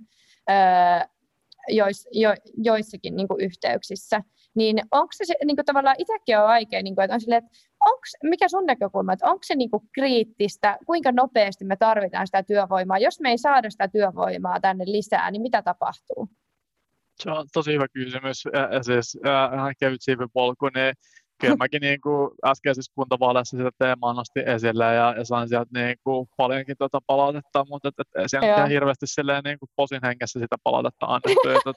joissakin niin kuin yhteyksissä. Niin onko se niin kuin tavallaan itsekin on vaikea, niin kuin, että on silleen, että mikä sun näkökulma, että onko se niin kuin kriittistä, kuinka nopeasti me tarvitaan sitä työvoimaa, jos me ei saada sitä työvoimaa tänne lisää, niin mitä tapahtuu? Se on tosi hyvä kysymys, ja siis ihan kevyt siivipolku, niin kyllä mäkin niin kuin äskeisessä kuntavaaleissa sitä teemaa nostin esille ja sain sieltä niin kuin paljonkin palautetta, mutta se on ihan hirveästi silleen niin kuin posin hengessä sitä palautetta annettu.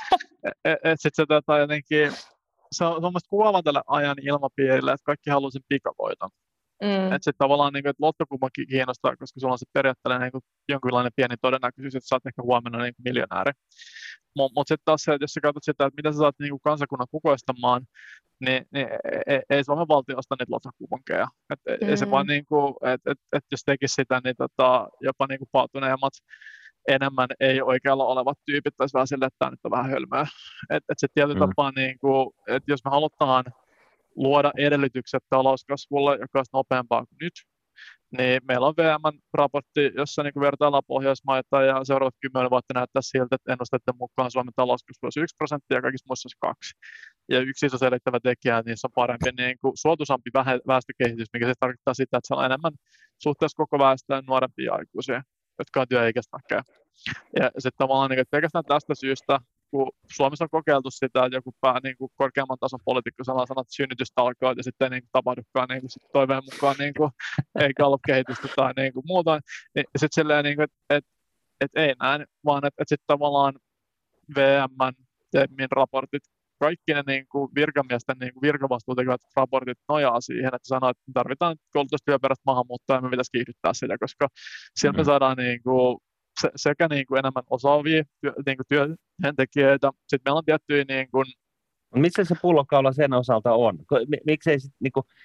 Sitten se jotenkin, se on mielestäni kuvaava tälle ajan ilmapiirille, että kaikki haluaa sen pikavoiton. Että sitten tavallaan niin kuin, että lottokumma kiinnostaa, koska sulla on se periaatteessa niin kuin jonkinlainen pieni todennäköisyys, että sä oot ehkä huomenna niin kuin miljonääri. Mutta sitten taas se, että jos sä katsot sitä, että mitä sä saat niin kuin kansakunnan kukoistamaan, niin ei Suomen valtio osta niitä lottokuponkeja. Ei se vaan niin kuin, että jos tekisi sitä, niin jopa niin kuin paatuneemmat enemmän ei oikealla olevat tyypit taisi vähän silleen, että tämä nyt on vähän hölmöä. Että se tietyllä tapaa, niin kuin, että jos me halutaan luoda edellytykset talouskasvulle, joka olisi nopeampaa kuin nyt, niin meillä on VM-raportti, jossa niin vertaillaan Pohjoismaita ja seuraavat 10 vuotta näyttää siltä, että ennusteiden mukaan Suomen talouskasvu olisi 1% ja kaikissa muissa olisi 2%. Ja yksi iso selittävä tekijä, niin se on parempi niin kuin suotuisampi väestökehitys, mikä se tarkoittaa sitä, että se on enemmän suhteessa koko väestöön nuorempia aikuisia, jotka on työikäistä väkeä. Ja sitten tavallaan niin, että pelkästään tästä syystä, kun Suomessa on kokeiltu sitä, että joku niin kuin korkeamman tason poliitikko sanoo synnytystalkoot ja sitten ei niin kuin tapahdukaan niin kuin sit toiveen mukaan niin kuin, ei Gallup-kehitystä tai niin kuin muuta. Niin sitten silleen, niin kuin, että ei näin, vaan että sitten tavallaan VM:n TEMin raportit, kaikki ne niin kuin virkamiesten niin kuin virkavastuun tekevät raportit nojaa siihen, että sanoo, että tarvitaan koulutustyöperäistä maahanmuuttoa ja me pitäisi kiihdyttää sitä, koska siellä me saadaan niin kuin sekä niin kuin enemmän osaavia niin kuin työntekijöitä. Sitten meillä on tiettyjä niin kuin... Missä se pullonkaula sen osalta on? Miksei sitten niin kuin,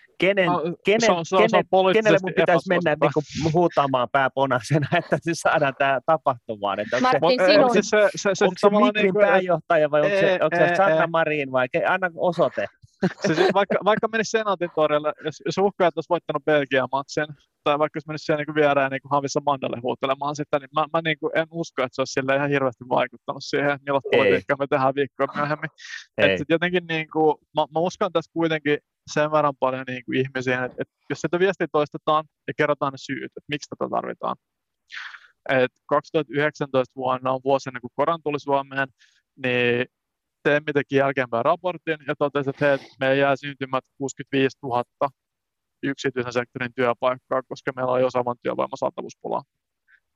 kenelle mun pitäisi mennä niin kuin, huutamaan pääpunaisena, että se saadaan tämä tapahtumaan? Onko se Migrin pääjohtaja vai onko se Sanna Marin vai anna osoite? Vaikka menisi Senaatin torille, jos uhkaajat olisi voittanut Belgia-matsin, tai vaikka jos menisi siellä niin vierään niin Havissa Mandalle huutelemaan sitä, niin mä niin kuin en usko, että se olisi sille ihan hirveästi vaikuttanut siihen, millaista politiikkaa me tehdään viikkoa myöhemmin. Että jotenkin niin kuin, mä uskon tässä kuitenkin sen verran paljon niin kuin ihmisiä, että jos sitä viestiä toistetaan ja kerrotaan ne syyt, että miksi tätä tarvitaan. Et 2019 vuonna on vuosi ennen kuin korona tuli Suomeen, niin TEMI teki jälkeenpäin raportin ja totesi, että hei, meidän jää syntymät 65 000 yksityisen sektorin työpaikkaa, koska meillä on osaavan työvoiman saatavuuspulaa.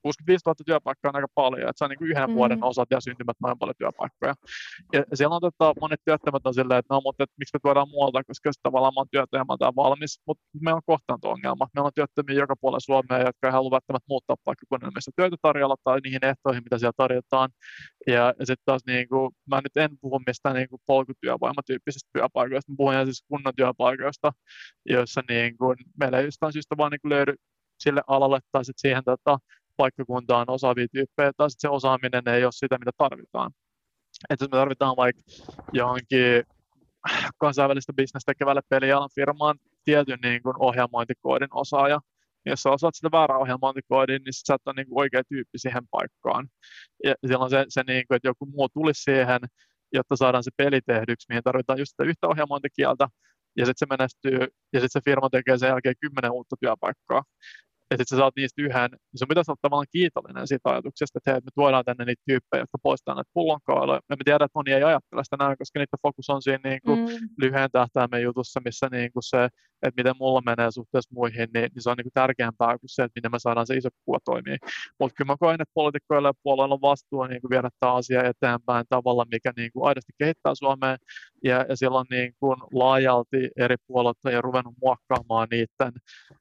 65 000 työpaikkaa on aika paljon, että se on niin kuin yhden vuoden osat ja syntymät noin paljon työpaikkoja. Ja siellä on monet työttömät on silleen, että no, mutta miksi me tuodaan muualta, koska tavallaan mä oon työtä ja mä oon valmis, mutta meillä on kohtaanto-ongelma. Meillä on työttömiä joka puolella Suomea, jotka ei halua välttämättä muuttaa paikkakunnan, missä työtä tarjolla tai niihin ehtoihin, mitä siellä tarjotaan. Ja sitten taas niin kuin, mä nyt en puhu mistään niin kuin polkutyövoimatyyppisistä työpaikoista, mä puhun ihan siis kunnon työpaikoista, joissa niin kuin, meillä ei jostain syystä vaan niin kuin löydy sille alalle tai sitten siihen paikkakuntaan osaavia tyyppejä, tai sitten se osaaminen ei ole sitä, mitä tarvitaan. Että jos me tarvitaan vaikka johonkin kansainvälistä bisnestä tekevälle pelialan firmaan tietyn niin kuin ohjelmointikoodin osaaja, niin jos sä osaat sitä väärää ohjelmointikoodin, niin sä et ole niin kuin oikea tyyppi siihen paikkaan. Ja silloin se niin kuin, että joku muu tulisi siihen, jotta saadaan se peli tehdyksi, mihin tarvitaan just sitä yhtä ohjelmointikieltä, ja sitten se menestyy, ja sitten se firma tekee sen jälkeen 10 uutta työpaikkaa. Ja sitten sä saat niistä yhden, niin sun pitäisi olla tavallaan kiitollinen siitä ajatuksesta, että hei, me tuodaan tänne niitä tyyppejä, jotka poistaa näitä pullonkauloja. Me tiedän, että moni ei ajattele sitä näin, koska niiden fokus on siinä niin kuin lyhyen tähtäimen jutussa, missä niin kuin se, että miten mulla menee suhteessa muihin, niin se on niin kuin tärkeämpää kuin se, että miten me saadaan se iso kuva toimii. Mutta kyllä mä koen, että poliitikkoilla ja puolueilla on vastuu niin kuin viedä tämä asia eteenpäin tavalla, mikä niin kuin aidosti kehittää Suomea. Ja silloin niin kuin laajalti eri puolueet on ruvennut muokkaamaan niiden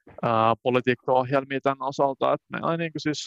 politiikka-ohjelmia tämän osalta. Että meillä on niin kuin siis,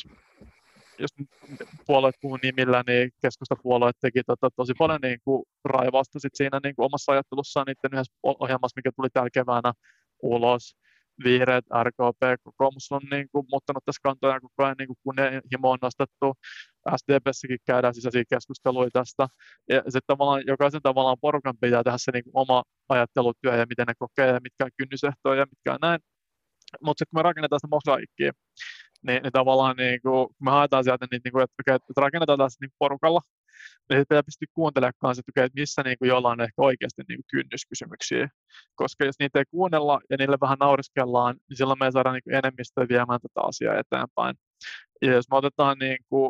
jos puolueet puhuu nimillä, niin keskustapuolueet teki tosi paljon niin kuin raivausta sit siinä niin kuin omassa ajattelussaan niiden yhdessä ohjelmassa, mikä tuli tällä keväänä ulos. Vihreät, RKP, kokoomus on niin kuin muuttanut tässä kantoja koko ajan, niin kuin kunnianhimo on nostettu. SDP:ssäkin käydään sisäisiä keskusteluja tästä. Ja sitten tavallaan jokaisen tavallaan porukan pitää tehdä se niin kuin oma ajattelutyö ja miten ne kokee ja mitkä on kynnysehtoja ja mitkä on näin. Mutta sitten kun me rakennetaan sitä mosaikkia, niin tavallaan niin kuin, kun me haetaan sieltä niitä, niin kuin, että rakennetaan tässä niin porukalla, niin sitten pitää pystyä kuuntelemaan kanssa, että missä niin kuin jollain on ehkä oikeasti niin kuin kynnyskysymyksiä. Koska jos niitä ei kuunnella ja niille vähän nauriskellaan, niin silloin me ei saada niin kuin enemmistöä viemään tätä asiaa eteenpäin. Ja jos me otetaan, niin kuin,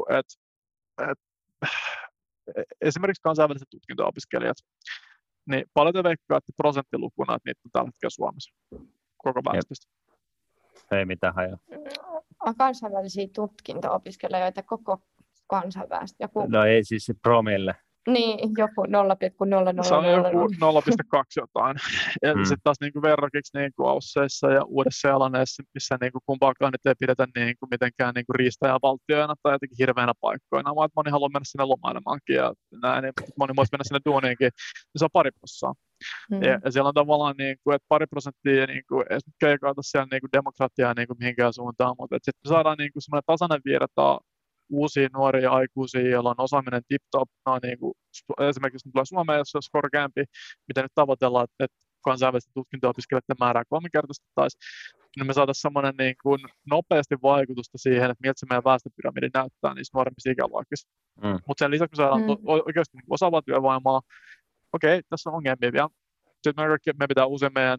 esimerkiksi kansainväliset tutkinto-opiskelijat, niin paljon te veikkaatte prosenttilukuna, että niitä on tällä hetkellä Suomessa koko väestöstä. Ei mitään hajaa. Kansainvälisiä tutkinto-opiskelijoita koko kansainväestö. No ei siis promille. Niin, joku 0,00. Se on joku 0,2 jotain. Ja sitten taas niinku verrokiksi niinku Ausseissa ja Uudessa-Seelannissa, missä niinku kumpaakaan nyt ei pidetä niinku mitenkään niinku riistäjävaltioina tai jotenkin hirveänä paikkoina, vaan moni haluaa mennä sinne lomailemaankin ja näin, niin moni voisi mennä sinne duuniinkin, niin se on 2%. Ja siellä on tavallaan, niinku, että 2% niinku, ei kaata siellä niinku demokratiaa niinku mihinkään suuntaan, mutta sitten saadaan niinku semmoinen tasainen virta uusia nuoria aikuisia, joilla on osaaminen tip-top, niin kuin, esimerkiksi tulee Suomeen, jos se olisi korkeampi, mitä nyt tavoitellaan, että kansainvälisten tutkinto-opiskelijoiden määrää kolminkertaistettaisiin, niin me saataisiin semmoinen niin kuin nopeasti vaikutusta siihen, että miltä se meidän väestöpyramidi näyttää niissä nuoremmissa ikäluokissa. Mutta sen lisäksi me saadaan oikeasti niin osaavaa työvoimaa. Okei, tässä on ongelmia vielä. Sitten me pitää uusia meidän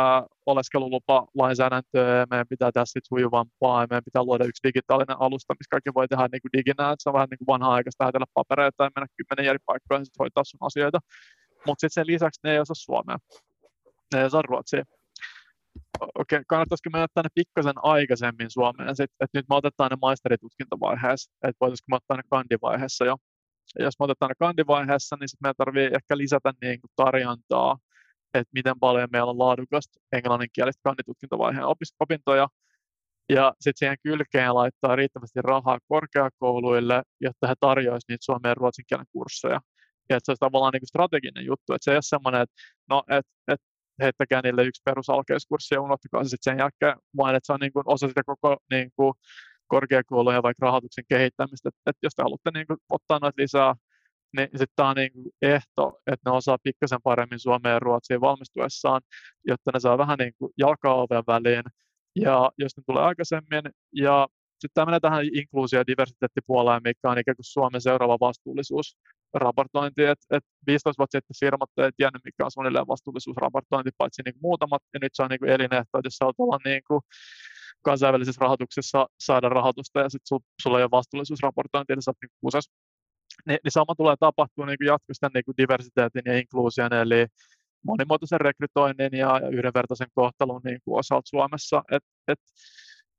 oleskelulupa-lainsäädäntöä ja meidän pitää tehdä siitä sujuvampaa ja meidän pitää luoda yksi digitaalinen alusta, missä kaikki voi tehdä niin kuin diginä, että se on vähän niin kuin vanha-aikaista ajatella papereita tai mennä 10 eri paikkoihin ja sitten hoitaa sun asioita. Mutta sitten sen lisäksi ne ei osaa suomea, ne ei osaa ruotsia. Okei, kannattaisiko mennä tänne pikkasen aikaisemmin Suomeen, että nyt me otetaan ne maisteritutkintovaiheessa, että voitaisiko me ottaa ne kandivaiheessa jo. Ja jos me otetaan ne kandivaiheessa, niin sitten meidän tarvitsee ehkä lisätä niin kuin tarjontaa, että miten paljon meillä on laadukasta englanninkielistä kanditutkintovaiheen opintoja, ja sitten siihen kylkeen laittaa riittävästi rahaa korkeakouluille, jotta he tarjoaisivat niitä suomen ja ruotsin kielen kursseja. Ja että se olisi tavallaan niin kuin strateginen juttu, että se ei ole semmoinen, että no, heittäkää niille yksi perusalkeiskurssi ja unohtakaa se sitten sen jälkeen, vaan että se on niin kuin osa sitä koko niin kuin korkeakoulujen vaikka rahoituksen kehittämistä, että jos te haluatte niin kuin ottaa noita lisää, niin sitten tämä on niin kuin ehto, että ne osaa pikkasen paremmin suomea ja ruotsia valmistuessaan, jotta ne saa vähän niin kuin jalkaa oven väliin, ja jos ne tulee aikaisemmin, ja sitten tämä menee tähän inkluusio- ja diversiteettipuoleen, mikä on ikään kuin Suomen seuraava vastuullisuusraportointi, että 15 vuotta sitten firmat ei tiennyt, mikä on suunnilleen vastuullisuusraportointi, paitsi niin kuin muutamat, ja nyt se on niin kuin elinehto, että jos sä olet niin kuin kansainvälisessä rahoituksessa saada rahoitusta, ja sitten sulla ei ole vastuullisuusraportointia, niin sä oot niin kusas. Niin sama tulee tapahtua niin jatkossa niin diversiteetin ja inkluusion, eli monimuotoisen rekrytoinnin ja yhdenvertaisen kohtelun niin osalta Suomessa.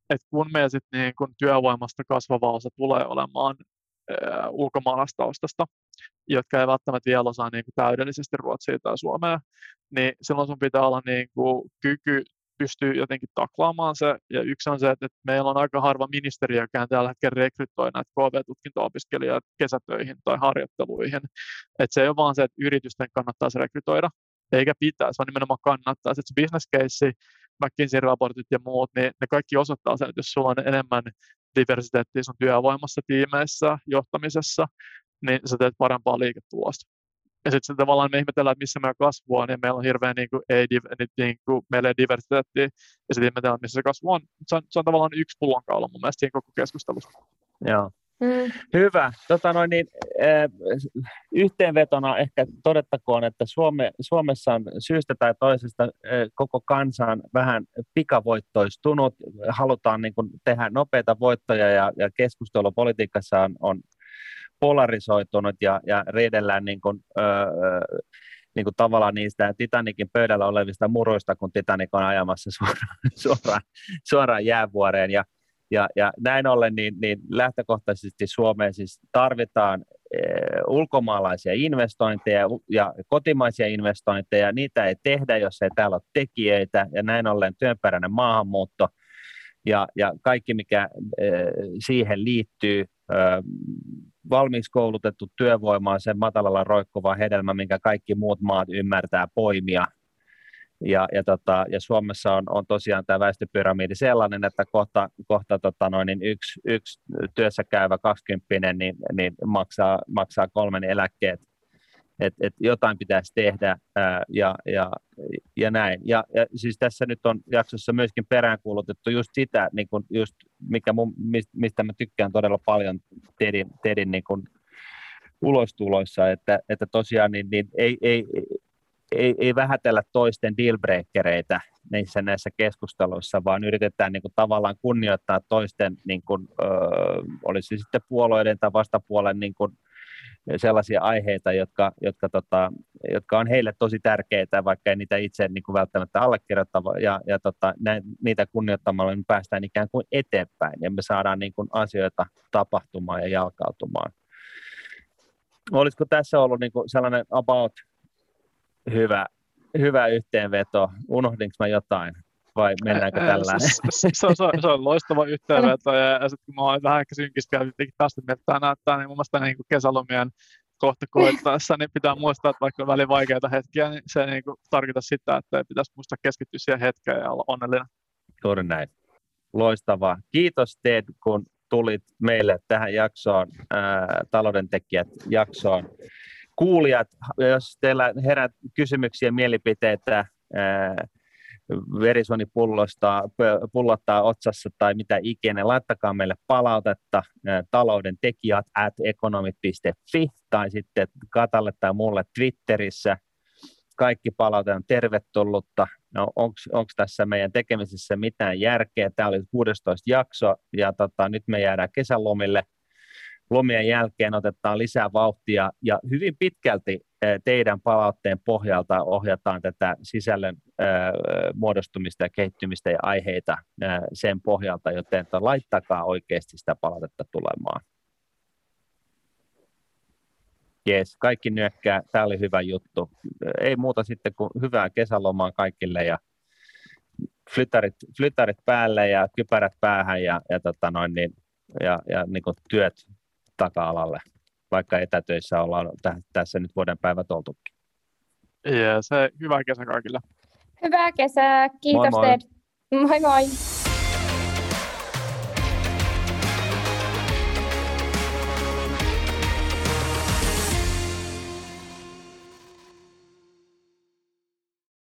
että kun meillä sitten niin kun työvoimasta kasvava osa tulee olemaan ulkomaalaistaustasta, jotka ei välttämättä vielä osaa niin kuin täydellisesti ruotsia tai suomea, niin silloin sun pitää olla niin kuin kyky pystyy jotenkin taklaamaan se. Ja yksi on se, että meillä on aika harva ministeriö, joka tällä hetkellä rekrytoi näitä KV-tutkinto-opiskelijoita kesätöihin tai harjoitteluihin. Että se ei ole vaan se, että yritysten kannattaisi rekrytoida, eikä pitäisi, vaan nimenomaan kannattaa. Että se business case, McKinsey-raportit ja muut, niin ne kaikki osoittaa sen, että jos sulla on enemmän diversiteettiä sun työvoimassa, tiimeissä, johtamisessa, niin sä teet parempaa liiketulosta. Ja sitten tavallaan me ihmetellään, että missä meillä kasvu on, ja meillä on hirveän meillä ei diversiteettiä, ja sitten ihmetellään, missä se kasvu on. Se on tavallaan yksi pullonkaula mun mielestä siinä koko keskustelussa. Joo. Hyvä. Yhteenvetona ehkä todettakoon, että Suomessa on syystä tai toisesta koko kansa on vähän pikavoittoistunut. Halutaan niin kuin tehdä nopeita voittoja ja keskustelu politiikassa on polarisoitunut ja riidellään niin kuin tavallaan niistä Titanikin pöydällä olevista muruista, kun Titanic on ajamassa suoraan jäävuoreen. Ja näin ollen niin lähtökohtaisesti Suomeen siis tarvitaan ulkomaalaisia investointeja ja kotimaisia investointeja. Niitä ei tehdä, jos ei täällä ole tekijöitä, ja näin ollen työnperäinen maahanmuutto ja kaikki, mikä siihen liittyy, valmiiksi koulutettu työvoima on se matalalla roikkuva hedelmä, minkä kaikki muut maat ymmärtää poimia. Ja Suomessa on tosiaan tämä väestöpyramidi sellainen, että kohta yksi työssä käyvä 20 niin maksaa 3 eläkkeet. Et jotain pitäisi tehdä ja näin. Ja siis tässä nyt on jaksossa myöskin peräänkuulutettu just sitä, niin kun just mistä mä tykkään todella paljon Tedin niin kun ulostuloissa, että tosiaan niin ei vähätellä toisten dealbreakereitä näissä keskusteluissa, vaan yritetään niin kuin tavallaan kunnioittaa toisten, niin kuin, olisi sitten puolueiden tai vastapuolen niin kuin sellaisia aiheita, jotka on heille tosi tärkeitä, vaikka ei niitä itse niin kuin välttämättä allekirjoittaa, niitä kunnioittamalla me päästään ikään kuin eteenpäin, ja me saadaan niin kuin asioita tapahtumaan ja jalkautumaan. Olisiko tässä ollut niin kuin sellainen about hyvä yhteenveto? Unohdinko mä jotain? Vai mennäänkö tällainen? Se on loistava yhteenveto, ja sitten kun mä oon vähän ehkä synkistä tästä mieltä näyttää, niin mun mielestä niin kesälomien kohta koittaessa, niin pitää muistaa, että vaikka on välillä vaikeita hetkiä, niin se ei niin tarkoita sitä, että ei pitäisi muistaa keskittyä siihen hetkeen ja olla onnellinen. Juuri näin. Loistavaa. Kiitos Ted, kun tulit meille tähän jaksoon, Taloudentekijät jaksoon. Kuulijat, jos teillä herää kysymyksiä, mielipiteitä, verisuonipullosta pullottaa otsassa tai mitä ikinä, laittakaa meille palautetta taloudentekijät@economit.fi tai sitten Katalle tai mulle Twitterissä. Kaikki palaute on tervetullutta. No, onko tässä meidän tekemisessä mitään järkeä? Tämä oli 16 jakso ja nyt me jäädään kesälomille. Lomien jälkeen otetaan lisää vauhtia ja hyvin pitkälti teidän palautteen pohjalta ohjataan tätä sisällön muodostumista ja kehittymistä ja aiheita sen pohjalta, joten laittakaa oikeasti sitä palautetta tulemaan. Jees, kaikki nyökkää. Tämä oli hyvä juttu. Ei muuta sitten kuin hyvää kesälomaa kaikille ja flytarit päälle ja kypärät päähän ja niin kuin työt taka-alalle, vaikka etätöissä ollaan tässä nyt vuoden päivät oltukin. Ja se hyvää kesää kaikille. Hyvää kesää. Kiitos moi moi. Ted. Moi moi.